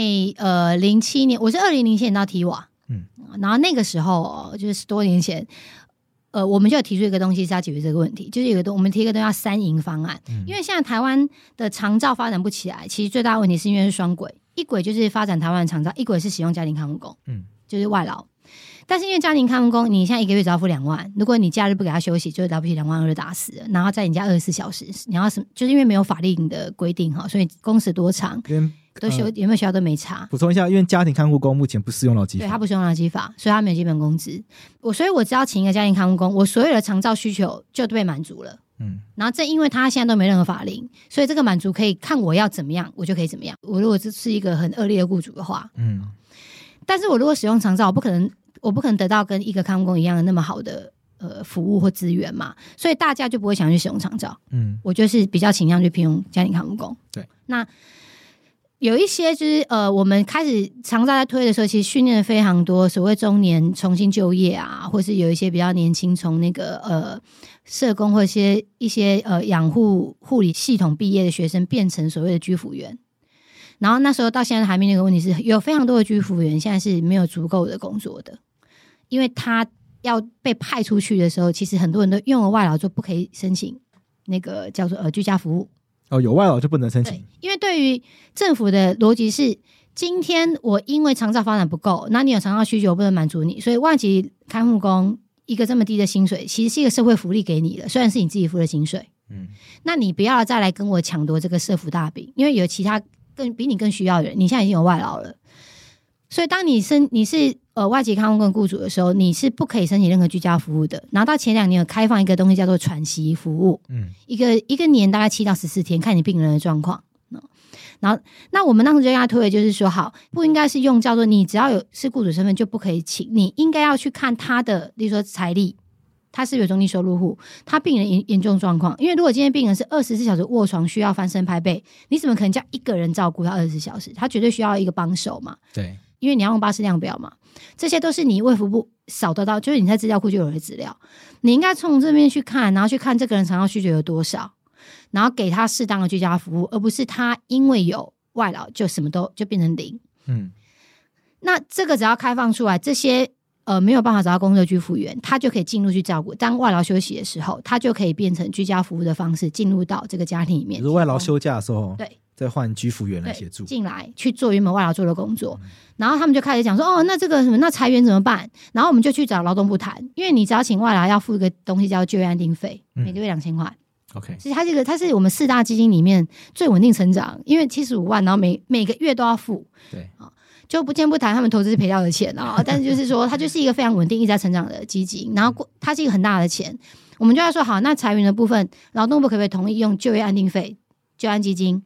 07年，我是2007年到提瓦，然后那个时候就是10多年前，我们就有提出一个东西是要解决这个问题，就是我们提一个东西叫3赢方案，因为现在台湾的长照发展不起来，其实最大的问题是因为是双轨，一轨就是发展台湾的长照，一轨是使用家庭看护工，就是外劳。但是因为家庭看护工，你现在1个月只要付2万，如果你假日不给他休息，就了不起2万2就打死了。然后在你家24小时，你要就是因为没有法令的规定哈，所以工时多长都有没有休假都没差。 补充一下，因为家庭看护工目前不适用劳基法， 对，他不适用劳基法，所以他没有基本工资。所以我只要请一个家庭看护工，我所有的长照需求就被满足了。然后正因为他现在都没任何法令，所以这个满足可以看我要怎么样，我就可以怎么样。我如果这是一个很恶劣的雇主的话，但是我如果使用长照，我不可能得到跟一个看护工一样的那么好的服务或资源嘛，所以大家就不会想去使用长照。我就是比较倾向去聘用家庭看护工。 对， 那有一些就是我们开始长照在推的时候，其实训练了非常多所谓中年重新就业啊，或是有一些比较年轻从那个社工或一些养护护理系统毕业的学生变成所谓的居服员。然后那时候到现在还没那个问题是，有非常多的居服员现在是没有足够的工作的，因为他要被派出去的时候，其实很多人都用了外劳就不可以申请那个叫做居家服务。 有外劳就不能申请。 对，因为对于政府的逻辑是，今天我因为长照发展不够，那你有长照需求不能满足你，所以外籍看护工一个这么低的薪水，其实是一个社会福利给你的，虽然是你自己付的薪水。那你不要再来跟我抢夺这个社福大饼，因为有其他比你更需要的人，你现在已经有外劳了，所以当你是外籍看护工雇主的时候，你是不可以申请任何居家服务的。然后到前2年有开放一个东西叫做喘息服务，一个年大概7到14天，看你病人的状况。然后那我们当时就跟他推的就是说，好，不应该是用叫做你只要是雇主身份就不可以请，你应该要去看他的，例如说财力。他是有中低收入户，他病人严重状况，因为如果今天病人是24小时卧床，需要翻身拍背，你怎么可能叫一个人照顾他24小时？他绝对需要一个帮手嘛。 对， 因为你要用巴氏量表嘛，这些都是你卫福部扫得到，就是你在资料库就有的资料，你应该从这边去看，然后去看这个人长照需求有多少，然后给他适当的居家服务，而不是他因为有外劳就什么都就变成0。那这个只要开放出来，这些没有办法找到工作的居服员，他就可以进入去照顾。当外劳休息的时候，他就可以变成居家服务的方式进入到这个家庭里面。 比如外劳休假的时候， 对， 再换居服员来协助进来去做原本外劳做的工作。然后他们就开始讲说，那这个什么，那裁员怎么办？然后我们就去找劳动部谈，因为你只要请外劳要付一个东西叫就业安定费，每个月2000块。 OK， 其实它是我们4大基金里面最稳定成长，因为75万，然后每个月都要付。 对啊。 就不见不谈他们投资是赔掉的钱啊，但是就是说它就是一个非常稳定一直在成长的基金，然后它是一个很大的钱，我们就要说好，那裁员的部分劳动部可不可以同意用就业安定费、就安基金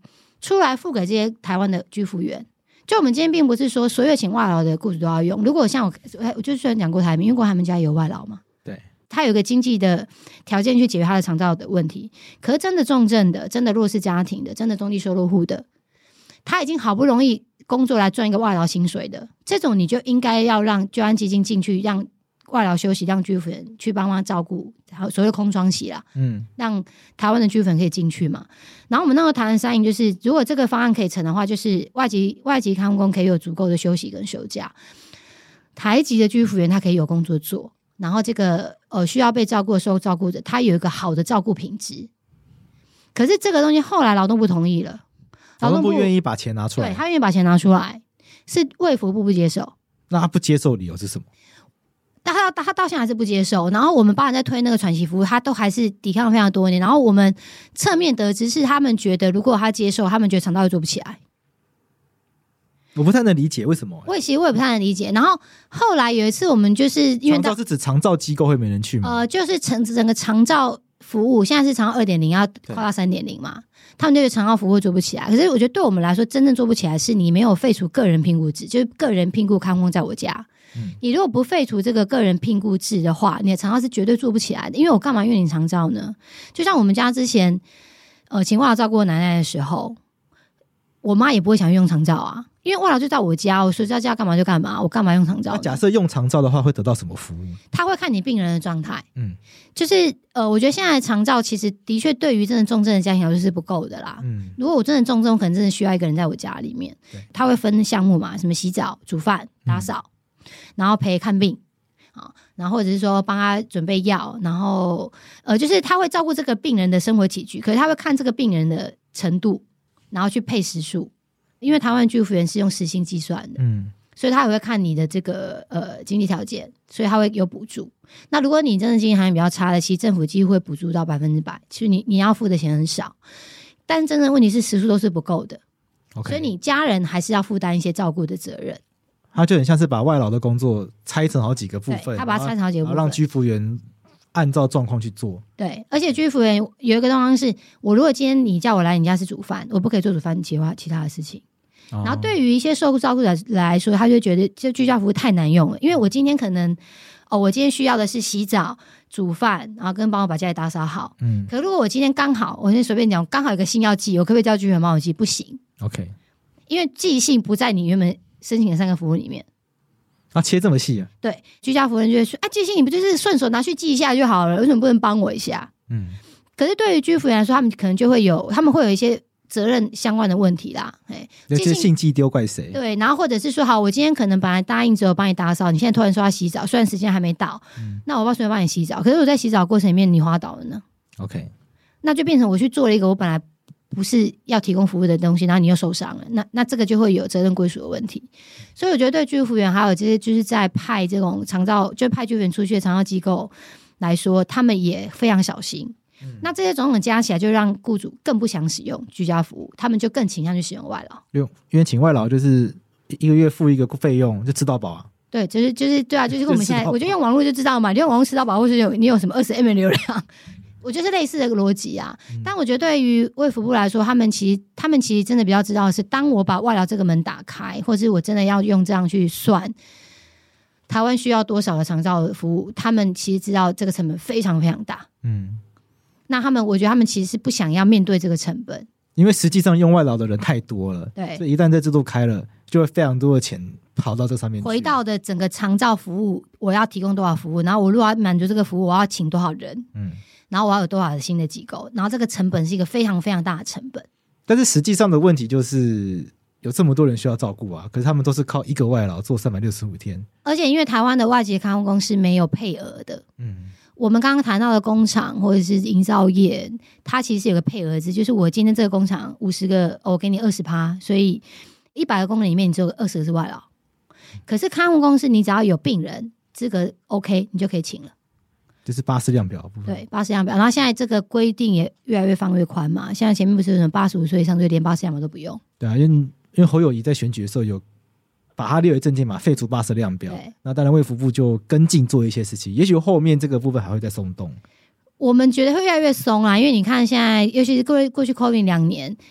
出来付给这些台湾的居服员。就我们今天并不是说所有请外劳的雇主都要用，如果像我就虽然讲郭台铭，因为郭台铭家也有外劳嘛， 对， 他有个经济的条件去解决他的长照的问题。可是真的重症的，真的弱势家庭的，真的中低收入户的，他已经好不容易工作来赚一个外劳薪水的，这种你就应该要让救安基金进去，让外劳休息，让居服员去帮忙照顾，所谓的空窗期啦，让台湾的居服员可以进去嘛。然后我们那个谈的3赢就是，如果这个方案可以成的话，就是外籍看护工可以有足够的休息跟休假，台籍的居服员他可以有工作做，然后这个需要被照顾的受照顾者，他有一个好的照顾品质。可是这个东西后来劳动部同意了， 劳动部愿意把钱拿出来， 对，他愿意把钱拿出来，是卫福部不接受。 那他不接受理由是什么？ 他到现在还是不接受，然后我们帮人在推那个喘息服务，他都还是抵抗非常多年。然后我们侧面得知是他们觉得，如果他接受，他们觉得肠道会做不起来。 我不太能理解为什么、 我也不太能理解。然后后来有一次，我们就是因为长照是指长照机构会没人去吗？ 就是整个长照服务，现在是长照 2.0 要扩到 3.0 嘛，他们就觉得长照服务做不起来。可是我觉得对我们来说，真正做不起来是你没有废除个人聘雇制，就是个人聘雇看护在我家。你如果不废除这个个人聘雇制的话，你的长照是绝对做不起来的。因为我干嘛愿你长照呢？就像我们家之前请外劳照顾我奶奶的时候，我妈也不会想用长照啊，因为外劳就在我家，我说在家干嘛就干嘛，我干嘛用长照？ 那假设用长照的话，会得到什么服务？ 他会看你病人的状态，就是我觉得现在的长照其实的确对于真的重症的家庭来说是不够的啦。如果我真的重症，我可能真的需要一个人在我家里面，他会分项目嘛，什么洗澡、煮饭、打扫。然后陪看病，然后或者是说帮他准备药，然后就是他会照顾这个病人的生活起居，可是他会看这个病人的程度，然后去配时数，因为台湾居服员是用时薪计算的，所以他也会看你的这个经济条件，所以他会有补助。那如果你真的经济条件比较差的，其实政府几乎会补助到100%，其实你要付的钱很少，但真正问题是时数都是不够的，所以你家人还是要负担一些照顾的责任。 他就很像是把外劳的工作拆成好几个部分， 他把它拆成好几个部分， 让居服员按照状况去做。对， 而且居服员有一个状况是，我如果今天你叫我来你家是煮饭，我不可以做煮饭其他的事情。然后对于一些受照顾者来说，他就觉得这居家服务太难用了，因为我今天可能我今天需要的是洗澡、煮饭，然后跟帮我把家里打扫好。可如果我今天刚好，我先随便讲，刚好有个新药剂，我可不可以叫居服员帮我记？不行。 OK， 因为记性不在你原本申请的3个服务里面。 切这么细啊？ 对，居家服务人就会说，记性你不就是顺手拿去记一下就好了，为什么不能帮我一下？可是对于居服员来说，他们可能就会有，他们会有一些责任相关的问题啦。 有些信记丢怪谁？ 对，然后或者是说，好，我今天可能本来答应只有帮你打扫，你现在突然说要洗澡，虽然时间还没到，那我随便帮你洗澡，可是我在洗澡过程里面你滑倒了呢 ？OK， 那就变成我去做了一个我本来不是要提供服务的东西，然后你又受伤了，那这个就会有责任归属的问题。所以我觉得对居服员还有这些就是在派这种长照，就派居服员出去的长照机构来说，他们也非常小心。那这些种种加起来，就让雇主更不想使用居家服务，他们就更倾向去使用外劳。 因为请外劳就是一个月付一个费用就吃到饱啊。 对，就是对啊，就是跟我们现在，我就用网络就知道嘛，你用网络吃到饱，或是你有什么20 MB 流量。我觉得是类似的逻辑啊，但我觉得对于卫福部来说，他们其实真的比较知道的是，当我把外劳这个门打开，或是我真的要用这样去算台湾需要多少的长照服务，他们其实知道这个成本非常非常大。那我觉得他们其实是不想要面对这个成本， 因为实际上用外劳的人太多了，对，所以一旦这制度开了，就会非常多的钱跑到这上面去。 回到的整个长照服务，我要提供多少服务，然后我如果要满足这个服务，我要请多少人，然后我要有多少的新的机构，然后这个成本是一个非常非常大的成本。 但是实际上的问题就是有这么多人需要照顾啊，可是他们都是靠一个外劳做365天， 而且因为台湾的外籍看护工是没有配额的。我们刚刚谈到的工厂或者是营造业，它其实有个配额制，就是我今天这个工厂50个，我给你20%，所以100个工人里面你只有20个是外劳。可是看护工是你只要有病人资格 OK， 你就可以请了。 就是巴氏量表的部分。 对，巴氏量表。然后现在这个规定也越来越放越宽嘛。现在前面不是有什么85岁以上就连巴氏量表都不用。 对啊，因为侯友宜在选举的时候有把他列为政见嘛，废除巴氏量表。那当然卫福部就跟进做一些事情，也许后面这个部分还会再松动。我们觉得会越来越松啦，因为你看现在，尤其是过去 COVID 2年，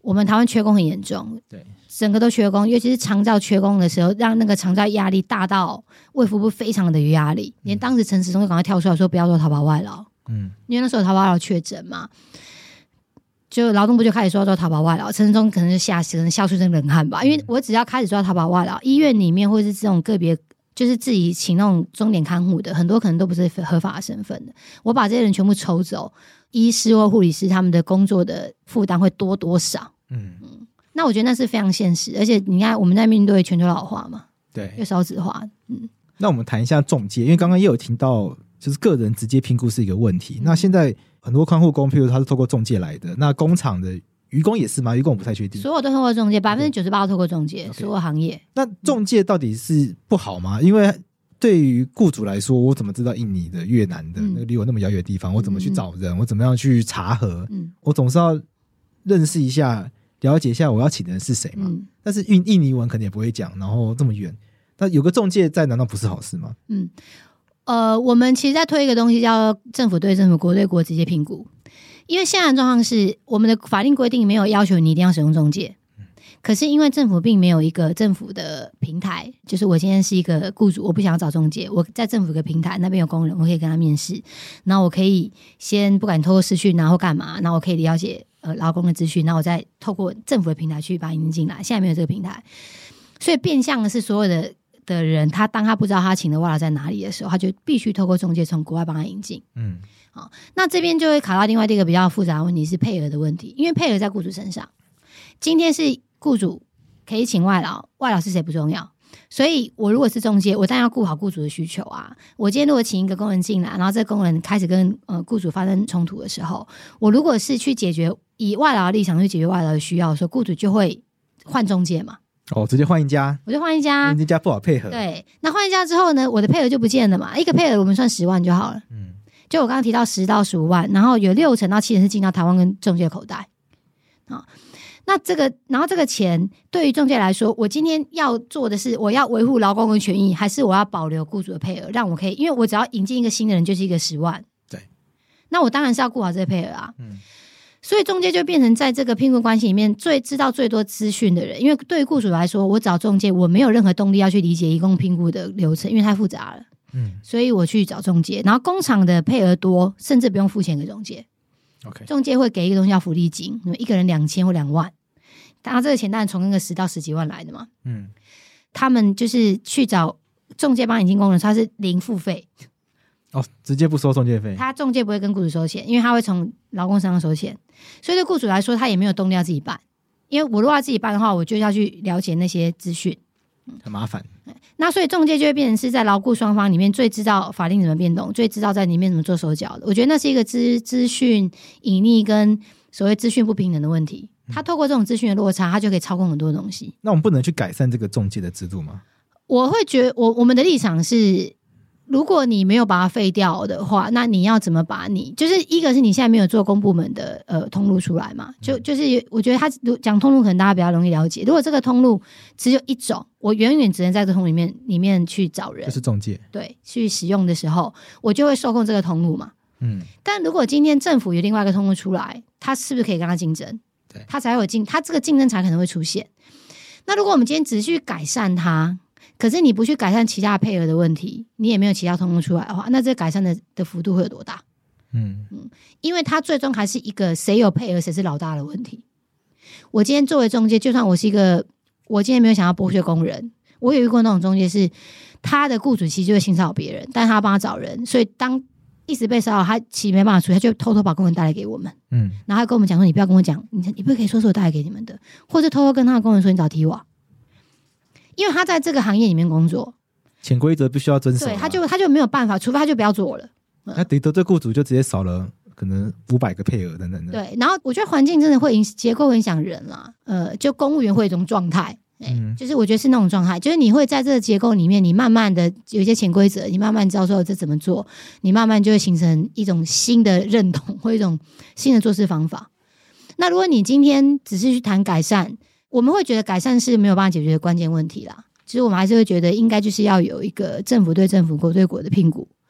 我们台湾缺工很严重， 对， 整个都缺工，尤其是长照缺工的时候，让那个长照压力大到卫福部非常的有压力，连当时陈时中就赶快跳出来说不要做逃跑外劳，因为那时候逃跑外劳确诊嘛，就劳动部就开始说要做逃跑外劳，陈时中可能就可能笑出一身冷汗吧，因为我只要开始做逃跑外劳，医院里面或是这种个别就是自己请那种钟点看护的，很多可能都不是合法的身份的，我把这些人全部抽走，医师或护理师他们的工作的负担会多多少？那我觉得那是非常现实，而且你看我们在面对全球老化嘛， 对， 又少子化， 那我们谈一下仲介，因为刚刚也有听到，就是个人直接评估是一个问题。那现在很多看护工，譬如他是透过仲介来的，那工厂的渔工也是吗？渔工我不太确定。 所有都透过仲介，98%透过仲介，所有行业。 那仲介到底是不好吗？因为对于雇主来说，我怎么知道印尼的、越南的那个离我那么遥远的地方，我怎么去找人？我怎么样去查核？我总是要认识一下。了解一下我要请的人是谁嘛？但是印尼文可能也不会讲，然后这么远，那有个仲介在，难道不是好事吗？ 我们其实在推一个东西叫政府对政府、国对国直接评估，因为现在的状况是我们的法令规定没有要求你一定要使用仲介，可是因为政府并没有一个政府的平台，就是我今天是一个雇主，我不想要找仲介，我在政府的平台那边有工人，我可以跟他面试，然后我可以先不敢透过视讯然后干嘛，然后我可以了解劳工的资讯，然后我再透过政府的平台去把他引进进来，现在没有这个平台，所以变相的是所有的人，当他不知道他请的外劳在哪里的时候，他就必须透过中介从国外帮他引进。好，那这边就会卡到另外一个比较复杂的问题是配额的问题，因为配额在雇主身上，今天是雇主可以请外劳，外劳是谁不重要，所以我如果是中介，我当然要顾好雇主的需求啊。我今天如果请一个工人进来，然后这个工人开始跟雇主发生冲突的时候，我如果是去解决以外劳的立场去解决外劳的需要的时候，雇主就会换中介嘛。 直接换一家， 我就换一家， 那家不好配合。 对，那换一家之后呢，我的配额就不见了嘛。一个配额我们算10万就好了。就我刚刚提到10到15万，然后有60%到70%是进到台湾跟中介口袋。那然后这个钱对于中介来说，我今天要做的是我要维护劳工的权益，还是我要保留雇主的配额，让我可以，因为我只要引进一个新的人就是一个10万。 对， 那我当然是要顾好这个配额啊。所以中介就变成在这个聘雇关系里面知道最多资讯的人，因为对于雇主来说，我找中介我没有任何动力要去理解移工聘雇的流程，因为太复杂了。所以我去找中介，然后工厂的配额多，甚至不用付钱给中介。中介会给一个东西叫福利金，一个人2000或2万，然后这个钱当然从那个10到10几万来的嘛。他们就是去找中介帮引进工人，他是零付费。 直接不收中介费， 他中介不会跟雇主收钱，因为他会从劳工身上收钱，所以对雇主来说他也没有动力要自己办，因为我如果要自己办的话，我就要去了解那些资讯， 很麻烦。 那所以中介就会变成是在劳雇双方里面最知道法令怎么变动，最知道在里面怎么做手脚的。我觉得那是一个资讯隐匿跟所谓资讯不平等的问题，他透过这种资讯的落差，他就可以操控很多东西。 那我们不能去改善这个中介的制度吗？ 我会觉得我们的立场是，如果你没有把它废掉的话，那你要怎么把就是一个是你现在没有做公部门的通路出来嘛，就是我觉得他讲通路可能大家比较容易了解。如果这个通路只有一种，我远远只能在这个通路里面去找人， 就是中介， 对，去使用的时候，我就会受控这个通路嘛。但如果今天政府有另外一个通路出来，他是不是可以跟他竞争？ 对， 他才有他这个竞争才可能会出现。那如果我们今天只是去改善它，可是你不去改善其他配额的问题，你也没有其他通路出来的话，那这个改善的幅度会有多大？因为它最终还是一个谁有配额谁是老大的问题。我今天作为中介，就算我今天没有想要剥削工人，我有遇过那种中介是他的雇主其实就会性骚扰别人，但是他要帮他找人，所以当一直被骚扰，他其实没办法处理，他就偷偷把工人带来给我们。然后他跟我们讲说，你不要跟我讲，你不可以说是我带来给你们的，或者偷偷跟他的工人说你找TIWA。因为他在这个行业里面工作， 潜规则必须要遵守。 对，他就没有办法，除非他就不要做了。 他得罪雇主就直接少了可能500个配额等等的。 对，然后我觉得环境真的会结构影响人啦。就公务员会有一种状态，就是我觉得是那种状态，就是你会在这个结构里面，你慢慢的有一些潜规则，你慢慢知道说这怎么做，你慢慢就会形成一种新的认同或一种新的做事方法。那如果你今天只是去谈改善，我们会觉得改善是没有办法解决的关键问题啦。其实我们还是会觉得应该就是要有一个政府对政府、国对国的评估。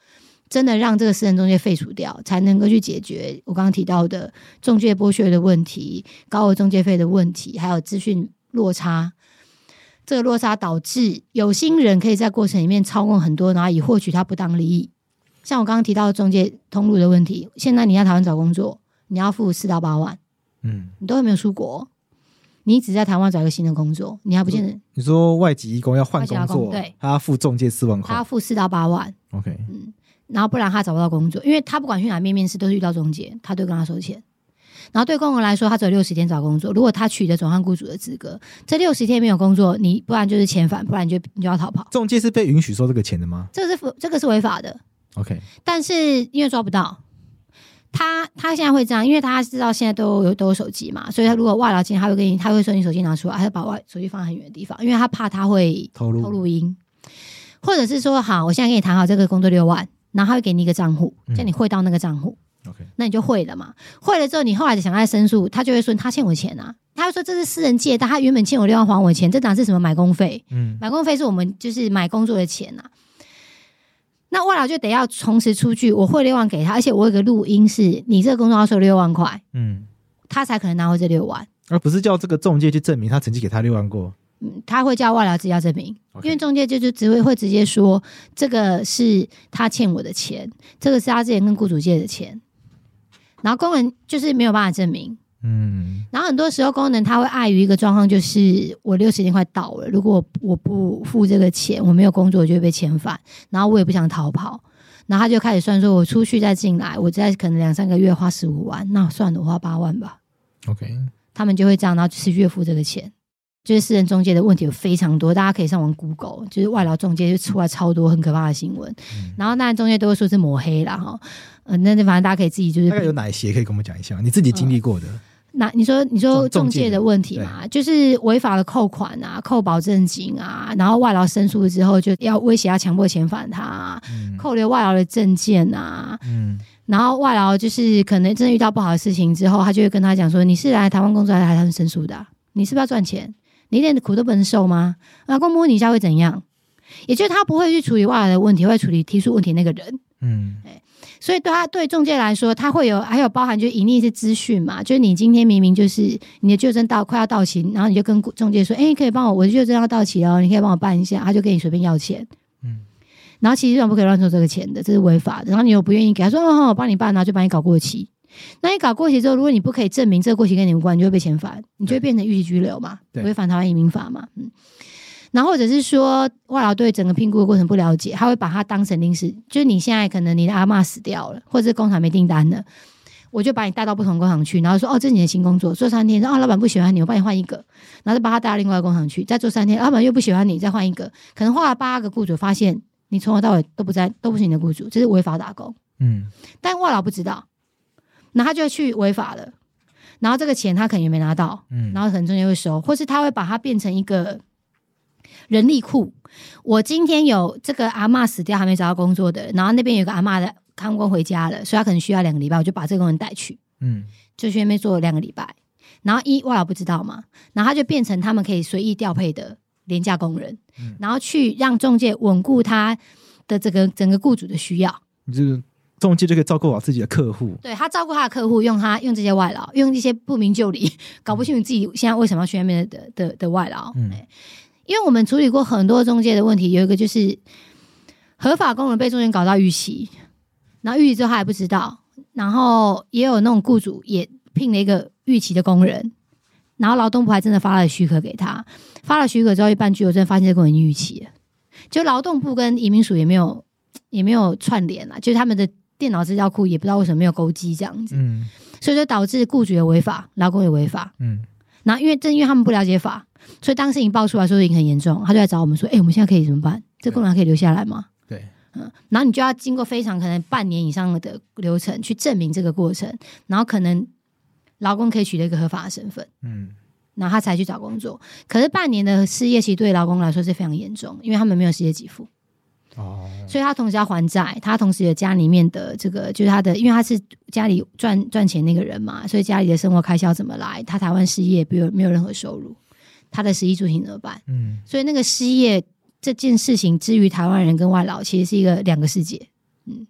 真的让这个私人中介废除掉，才能够去解决我刚刚提到的中介剥削的问题、高额中介费的问题，还有资讯落差。这个落差导致有心人可以在过程里面操控很多，然后以获取他不当利益。像我刚刚提到的中介通路的问题，现在你在台湾找工作，你要付4到8万，你都还没有出国，你只在台湾找一个新的工作，你还不见得。 你说外籍移工要换工作， 对， 他要付中介4万块， 他要付4到8万。 OK， 然后不然他找不到工作，因为他不管去哪边面试都是遇到中介，他都跟他收钱。然后对工人来说，他只有60天找工作。如果他取得转换雇主的资格，这60天没有工作，你不然就是遣返，不然你就要逃跑。 中介是被允许收这个钱的吗？ 这个是违法的。 OK， 但是因为抓不到，他现在会这样，因为他知道现在都有手机嘛，所以他如果外劳进，他会说你手机拿出来，他就把手机放在很远的地方，因为他怕他会偷录音，或者是说好，我现在跟你谈好这个工作6万，然后他会给你一个账户，叫你汇到那个账户。 OK， 那你就汇了嘛，汇了之后你后来想再申诉，他就会说他欠我钱啊，他会说这是私人借贷，他原本欠我6万还我钱，这哪是什么买工费？买工费是我们就是买工作的钱啊。那外劳就得要同时出具，我汇6万给他，而且我有个录音是你这个工作要收6万块，他才可能拿回这6万， 而不是叫这个中介去证明他曾经给他6万过。 他会叫外劳自己要证明，因为中介就只会直接说这个是他欠我的钱，这个是他之前跟雇主借的钱。然后工人就是没有办法证明，然后很多时候工人他会碍于一个状况，就是我60天快到了，如果我不付这个钱，我没有工作，我就会被遣返，然后我也不想逃跑，然后他就开始算说，我出去再进来，我再可能2-3个月花15万，那算了，我花8万吧。 OK， 他们就会这样，然后持续付这个钱。就是私人中介的问题有非常多，大家可以上网 Google， 就是外劳中介就出来超多很可怕的新闻，然后当然中介都会说是抹黑啦哈，那反正大家可以自己就是大概有哪些可以跟我们讲一下，你自己经历过的。 那你说中介的问题嘛，就是违法的扣款啊、扣保证金啊，然后外劳申诉之后就要威胁要强迫遣返他啊，扣留外劳的证件啊，然后外劳就是可能真的遇到不好的事情之后，他就会跟他讲说，你是来台湾工作还是来台湾申诉的啊？你是不是要赚钱？你一点苦都不能受吗？老公摸你一下会怎样？也就是他不会去处理外来的问题，会处理提出问题那个人。所以对中介来说，他会还有包含就是隐匿是资讯嘛，就是你今天明明就是你的救证快要到期，然后你就跟中介说，可以帮我的救证要到期了，你可以帮我办一下，他就跟你随便要钱。然后其实不可以乱收这个钱的，这是违法的。然后你又不愿意给他说，我帮你办，然后就把你搞过期。那你搞过期之后，如果你不可以证明这个过期跟你无关，你就会被遣返，你就会变成逾期居留嘛，违反台湾移民法嘛。然后或者是说外劳对整个评估的过程不了解，他会把它当成临时，就是你现在可能你的阿嬷死掉了，或者是工厂没订单了，我就把你带到不同工厂去，然后说这是你的新工作，做3天，老板不喜欢你，我帮你换一个，然后再把他带到另外一个工厂去，再做3天，老板又不喜欢你，再换一个，可能花了8个雇主发现你从头到尾都不是你的雇主，这是违法打工。但外劳不知道。然后他就去违法了，然后这个钱他可能也没拿到，然后可能中间会收，或是他会把它变成一个人力库。我今天有这个阿嬷死掉还没找到工作的，然后那边有个阿嬷的看工回家了，所以他可能需要2个礼拜，我就把这个工人带去，就去那边做2个礼拜。然后外劳不知道嘛，然后他就变成他们可以随意调配的廉价工人，然后去让中介稳固他的这个整个雇主的需要。 中介就可以照顾好自己的客户， 对，他照顾他的客户，用这些外劳，用一些不明就里，搞不清楚自己现在为什么要去那边的外劳。因为我们处理过很多中介的问题，有一个就是合法工人被中介搞到逾期，然后逾期之后他还不知道，然后也有那种雇主也聘了一个逾期的工人，然后劳动部还真的发了许可给他，发了许可之后一办居留证，发现这工人逾期了，就劳动部跟移民署也没有串联啦，就是他们的电脑资料库也不知道为什么没有勾稽这样子，所以就导致雇主也违法，劳工也违法，然后因为他们不了解法，所以当事情爆出来说已经很严重，他就来找我们说，我们现在可以怎么办？这工人还可以留下来吗？ 对， 然后你就要经过非常可能半年以上的流程去证明这个过程，然后可能劳工可以取得一个合法的身份，然后他才去找工作。可是半年的失业期对劳工来说是非常严重，因为他们没有失业给付。所以他同时要还债，他同时有家里面的这个，就是他的，因为他是家里赚钱那个人嘛，所以家里的生活开销怎么来？他台湾失业没有任何收入，他的食衣住行怎么办？所以那个失业这件事情，之于台湾人跟外劳，其实是2个世界。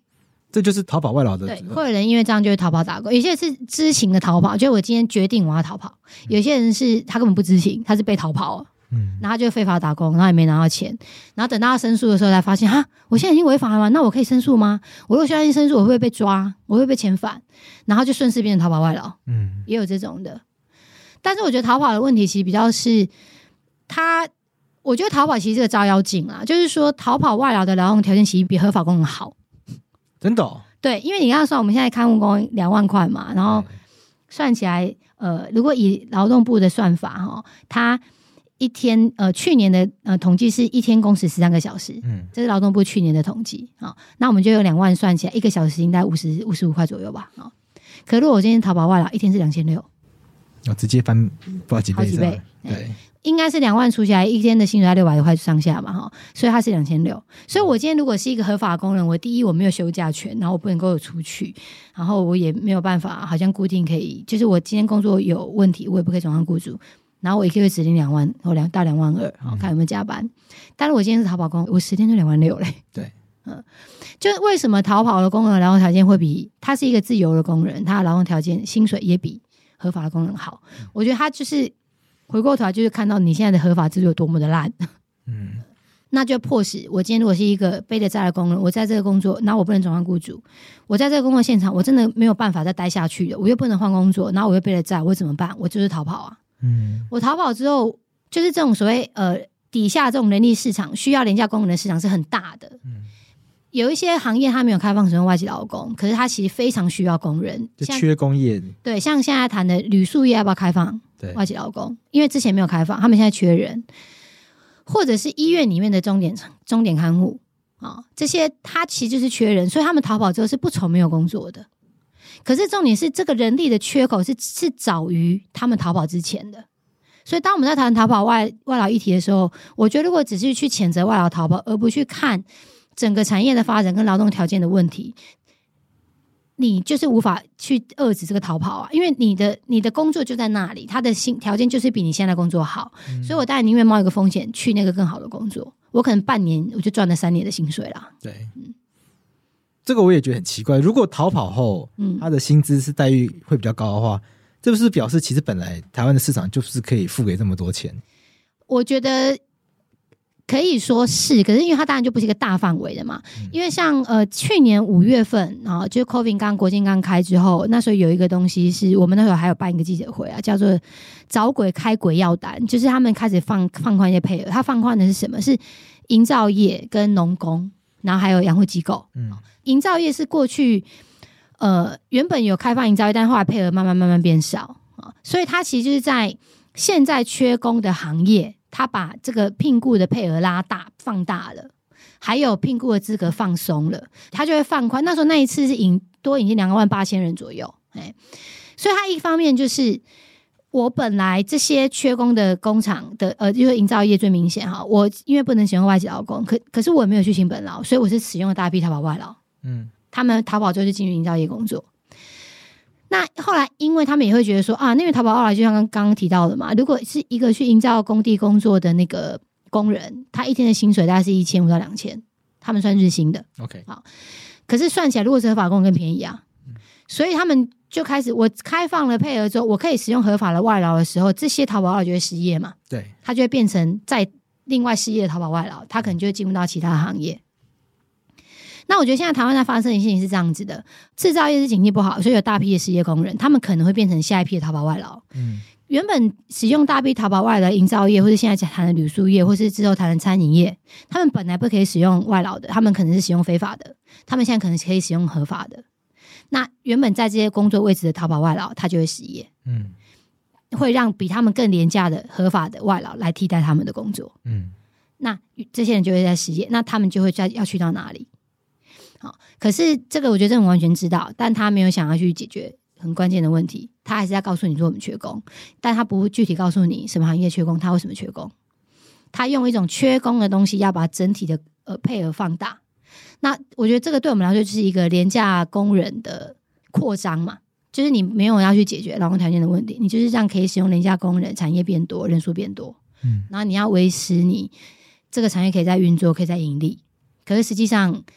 这就是逃跑外劳的。 对，会有人因为这样就会逃跑打工，有些是知情的逃跑，就我今天决定我要逃跑；有些人是他根本不知情，他是被逃跑了。然后他就非法打工，然后也没拿到钱，然后等到他申诉的时候才发现，我现在已经违法了吗？那我可以申诉吗？我如果现在申诉，我会不会被抓？我会不会被遣返？然后就顺势变成逃跑外劳。也有这种的。但是我觉得逃跑的问题其实比较是我觉得逃跑其实是个照妖镜啦，就是说逃跑外劳的劳动条件其实比合法工人好。 真的哦？ 对，因为你刚刚说我们现在看护工2万块嘛，然后算起来，如果以劳动部的算法他一天去年的统计是一天工时13个小时，这是劳动部去年的统计。那我们就用2万算起来，1个小时应该55块左右吧。可如果我今天逃跑外劳，一天是2600， 直接翻不知道几倍， 好几倍。 对， 应该是2万除起来，一天的薪水在600块上下嘛，所以它是2600。所以我今天如果是一个合法的工人，我第一我没有休假权，然后我不能够有出去，然后我也没有办法好像固定可以，就是我今天工作有问题，我也不可以转换雇主。然后我一个月只领2万或到2万2，看有没有加班。但是我今天是逃跑工，我10天就2万6嘞。 对， 就为什么逃跑的工人的劳动条件会比他是一个自由的工人，他的劳动条件薪水也比合法的工人好？我觉得他就是回过头来就是看到你现在的合法制度有多么的烂。那就迫使我今天如果是一个背着债的工人，我在这个工作，然后我不能转换雇主，我在这个工作现场我真的没有办法再待下去了，我又不能换工作，然后我又背着债，我怎么办？我就是逃跑啊。我逃跑之后，就是这种所谓底下这种人力市场需要廉价工人的市场是很大的。有一些行业它没有开放使用外籍劳工，可是它其实非常需要工人， 就缺工业。对， 像现在谈的旅宿业要不要开放外籍劳工？因为之前没有开放，他们现在缺人，或者是医院里面的钟点看护这些它其实就是缺人，所以他们逃跑之后是不愁没有工作的。可是重点是这个人力的缺口是早于他们逃跑之前的，所以当我们在谈逃跑外劳议题的时候，我觉得如果只是去谴责外劳逃跑，而不去看整个产业的发展跟劳动条件的问题，你就是无法去遏制这个逃跑啊，因为你的工作就在那里，他的条件就是比你现在工作好，所以我当然宁愿冒一个风险去那个更好的工作，我可能半年我就赚了3年的薪水啦。 对，这个我也觉得很奇怪。如果逃跑后，他的薪资是待遇会比较高的话，这不是表示其实本来台湾的市场就是可以付给这么多钱？我觉得可以说是，可是因为它当然就不是一个大范围的嘛。因为像去年5月份就是 COVID 国境刚开之后，那时候有一个东西是我们那时候还有办一个记者会叫做找鬼开鬼药单，就是他们开始放宽一些配额。他放宽的是什么？是营造业跟农工，然后还有养护机构。营造业是过去原本有开放营造业，但后来配额慢慢变少所以它其实就是在现在缺工的行业，它把这个聘雇的配额放大了，还有聘雇的资格放松了，它就会放宽。那时候那一次是多引进28000人左右，所以它一方面就是我本来这些缺工的工厂的就是营造业最明显我因为不能使用外籍劳工，可是我也没有去请本劳，所以我是使用了大批逃跑外劳。他们逃跑就是进入营造业工作。那后来因为他们也会觉得说那个逃跑外劳就像刚刚提到的嘛，如果是一个去营造工地工作的那个工人，他一天的薪水大概是1500到2000，他们算日薪的。 OK， 好，可是算起来如果是合法工更便宜啊。所以他们就开始，我开放了配额之后，我可以使用合法的外劳的时候，这些逃跑外劳就会失业嘛。 对， 他就会变成在另外失业的逃跑外劳，他可能就会进入到其他行业。那我觉得现在台湾在发生的事情是这样子的，制造业是景气不好，所以有大批的失业工人，他们可能会变成下一批的逃跑外劳。原本使用大批逃跑外劳的营造业，或是现在谈的旅宿业，或是之后谈的餐饮业，他们本来不可以使用外劳的，他们可能是使用非法的，他们现在可能可以使用合法的。那原本在这些工作位置的逃跑外劳，他就会失业。会让比他们更廉价的合法的外劳来替代他们的工作。那这些人就会在失业，那他们就会要去到哪里？好，可是这个我觉得政府完全知道，但他没有想要去解决很关键的问题，他还是在告诉你说我们缺工，但他不具体告诉你什么行业缺工，他为什么缺工，他用一种缺工的东西要把整体的配额放大。那我觉得这个对我们来说就是一个廉价工人的扩张嘛，就是你没有要去解决劳动条件的问题，你就是这样可以使用廉价工人，产业变多，人数变多，然后你要维持你这个产业可以再运作，可以再盈利。可是实际上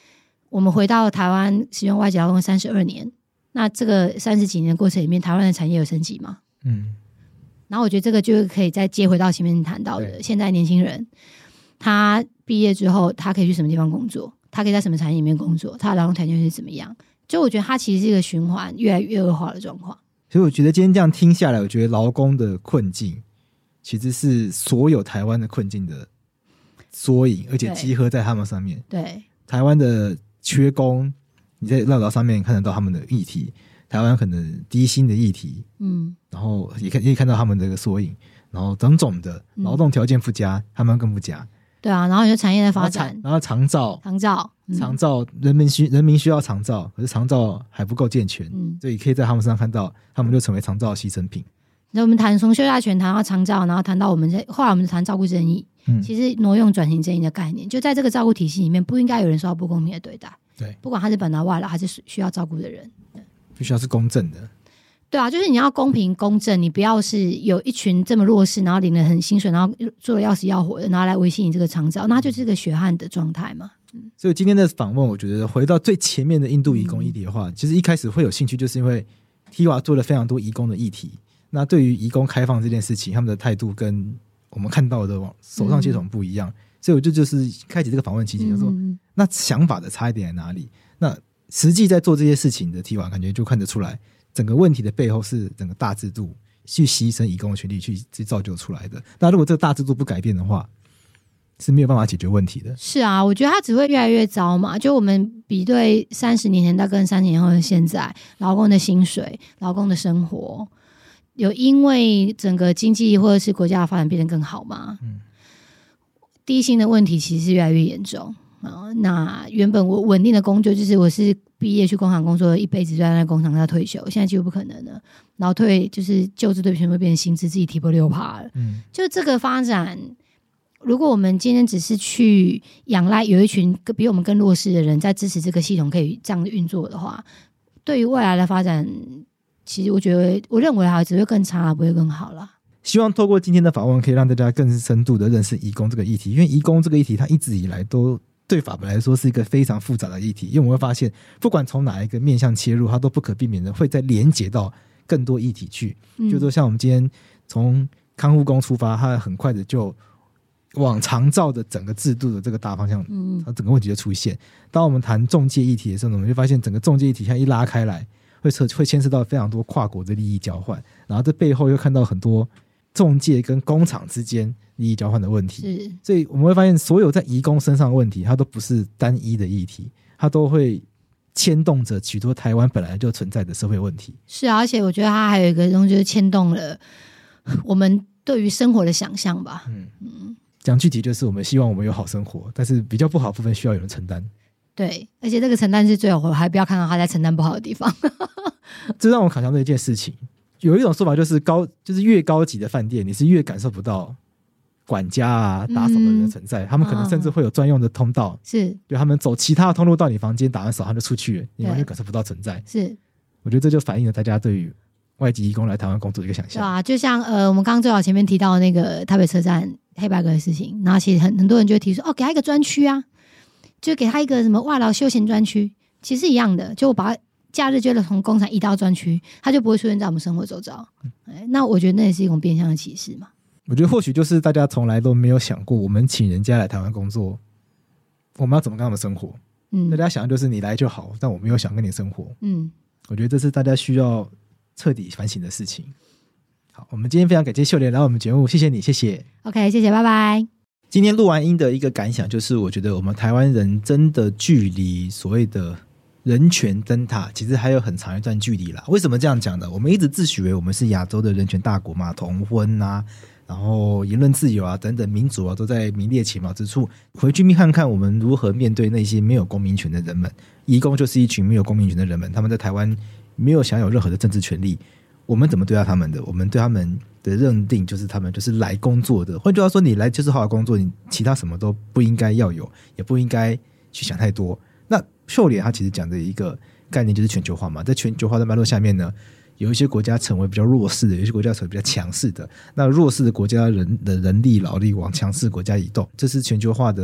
我们回到台湾使用外籍劳工32年，那这个30几年的过程里面，台湾的产业有升级吗？然后我觉得这个就可以再接回到前面谈到的，现在年轻人他毕业之后，他可以去什么地方工作，他可以在什么产业里面工作，他的劳动条件是怎么样，就我觉得它其实是一个循环越来越恶化的状况。 所以我觉得今天这样听下来，我觉得劳工的困境其实是所有台湾的困境的缩影，而且集合在他们上面。 对，台湾的缺工，你在报道上面看得到他们的议题，台湾可能低薪的议题，然后也可以看到他们的缩影，然后种种的劳动条件不佳，他们更不佳。 对啊，然后有产业的发展， 然后长照，人民需要长照，可是长照还不够健全，所以可以在他们身上看到，他们就成为长照的牺牲品。那我们谈从休假权谈到长照，然后谈到后来我们谈照顾正义，其实挪用转型正义的概念，就在这个照顾体系里面，不应该有人受到不公平的对待。 对， 不管他是本来外劳还是需要照顾的人， 必须要是公正的。 对啊，就是你要公平公正，你不要是有一群这么弱势，然后领了很薪水，然后做了要死要活的，然后来维系你这个长照，那它就是个血汗的状态嘛。 所以今天的访问，我觉得回到最前面的印度移工议题的话，其实一开始会有兴趣，就是因为 TIWA 做了非常多移工的议题。那对于移工开放这件事情，他们的态度跟我们看到的手上系统不一样，所以我就是开启这个访问期间就说，那想法的差异点在哪里？那实际在做这些事情的 TIWA 感觉就看得出来，整个问题的背后是整个大制度去牺牲移工的权利去造就出来的。那如果这个大制度不改变的话，是没有办法解决问题的。是啊，我觉得它只会越来越糟嘛。就我们比对30年前到跟30年后的现在，劳工的薪水、劳工的生活，有因为整个经济或者是国家的发展变得更好吗？低薪的问题其实是越来越严重。那原本我稳定的工作就是我是毕业去工厂工作，一辈子就在那工厂要退休，现在几乎不可能了。然后就是就职对全部变成薪资，自己提拨6%了。就这个发展，如果我们今天只是去仰赖有一群比我们更弱势的人在支持这个系统可以这样运作的话，对于未来的发展，其实我认为只会更差，不会更好了。 希望透过今天的访问可以让大家更深度的认识移工这个议题，因为移工这个议题它一直以来都对法本来说是一个非常复杂的议题，因为我们会发现不管从哪一个面向切入，它都不可避免的会再连结到更多议题去。就说像我们今天从看护工出发，它很快的就往长照的整个制度的这个大方向，它整个问题就出现。当我们谈仲介议题的时候，我们就发现整个仲介议题像一拉开来，会牵涉到非常多跨国的利益交换，然后这背后又看到很多仲介跟工厂之间利益交换的问题。所以我们会发现所有在移工身上的问题，它都不是单一的议题，它都会牵动着许多台湾本来就存在的社会问题。 是啊，而且我觉得它还有一个东西就是牵动了我们对于生活的想象吧。 讲具体就是我们希望我们有好生活，但是比较不好的部分需要有人承担。 对，而且这个承担是最好，还不要看到他在承担不好的地方。 这让我考量到一件事情，有一种说法就是越高级的饭店，你是越感受不到管家啊、打扫的人的存在，他们可能甚至会有专用的通道，是对他们走其他的通路到你房间打完扫，他就出去了，你完全感受不到存在。是，我觉得这就反映了大家对于外籍移工来台湾工作的一个想象。对啊， 就像我们刚刚最早前面提到那个台北车站黑白格的事情，然后其实很多人就会提出给他一个专区啊，就给他一个什么外劳休闲专区，其实一样的，就我把假日就从工厂移到专区，他就不会出现在我们生活周遭。那我觉得那也是一种变相的歧视嘛。 我觉得或许就是大家从来都没有想过，我们请人家来台湾工作，我们要怎么跟他们生活？大家想的就是你来就好，但我没有想跟你生活。我觉得这是大家需要彻底反省的事情。好，我们今天非常感谢秀莲来我们节目，谢谢你，谢谢。 OK， 谢谢，拜拜。 今天录完音的一个感想就是，我觉得我们台湾人真的距离所谓的人权灯塔其实还有很长一段距离啦。为什么这样讲呢？我们一直自诩为我们是亚洲的人权大国嘛，同婚啊，然后言论自由啊等等民主啊都在名列前茅之处。回去看看我们如何面对那些没有公民权的人们，移工就是一群没有公民权的人们，他们在台湾没有享有任何的政治权利，我们怎么对待他们的？我们对他们的认定就是他们就是来工作的，换句话说，你来就是好好工作，你其他什么都不应该要有，也不应该去想太多。那秀莲他其实讲的一个概念就是全球化嘛，在全球化的脉络下面呢，有一些国家成为比较弱势的，有一些国家成为比较强势的，那弱势的国家的人力劳力往强势国家移动，这是全球化的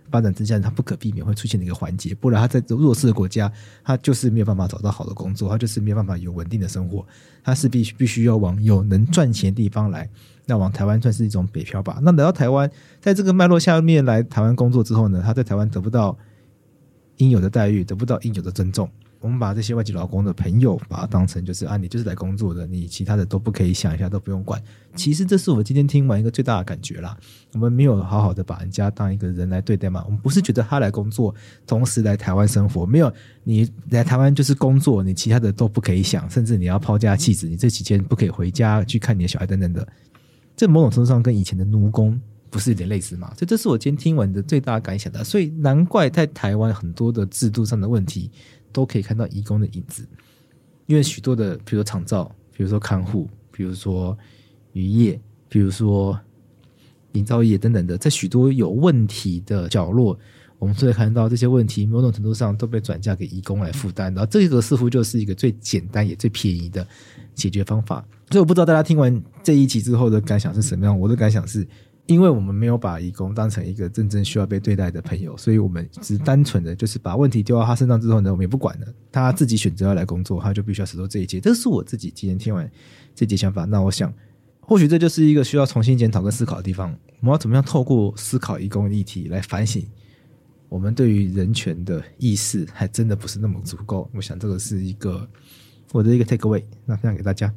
发展之下，它不可避免会出现的一个环节，不然它在弱势的国家，它就是没有办法找到好的工作，它就是没有办法有稳定的生活，它是必须要往有能赚钱的地方来。那往台湾算是一种北漂吧。那来到台湾，在这个脉络下面来台湾工作之后呢，他在台湾得不到应有的待遇，得不到应有的尊重。我们把这些外籍劳工的朋友把它当成就是你就是来工作的，你其他的都不可以想一下，都不用管。其实这是我们今天听完一个最大的感觉啦，我们没有好好的把人家当一个人来对待嘛。我们不是觉得他来工作同时来台湾生活，没有，你来台湾就是工作，你其他的都不可以想，甚至你要抛家弃子，你这期间不可以回家去看你的小孩等等的。这某种程度上跟以前的奴工不是有点类似吗？所以这是我今天听完的最大的感想的。所以难怪在台湾很多的制度上的问题都可以看到移工的影子，因为许多的比如说厂造，比如说看护，比如说渔业，比如说营造业等等的，在许多有问题的角落，我们都会看到这些问题某种程度上都被转嫁给移工来负担，然后这个似乎就是一个最简单也最便宜的解决方法。所以我不知道大家听完这一集之后的感想是什么样。我的感想是，因为我们没有把移工当成一个真正需要被对待的朋友，所以我们只单纯的就是把问题丢到他身上之后呢，我们也不管了，他自己选择要来工作，他就必须要承受这一切。这是我自己今天听完这节想法。那我想或许这就是一个需要重新检讨跟思考的地方，我们要怎么样透过思考移工的议题来反省我们对于人权的意识还真的不是那么足够。我想这个是一个我的一个 take away， 那分享给大家。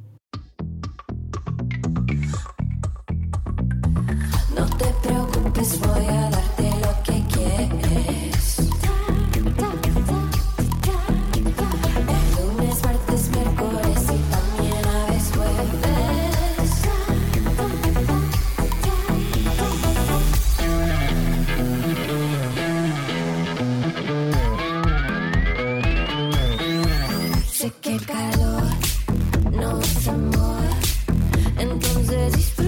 Voy a darte lo que quieres. El lunes, martes, miércoles y también a veces jueves. Sé que el calor no es amor, entonces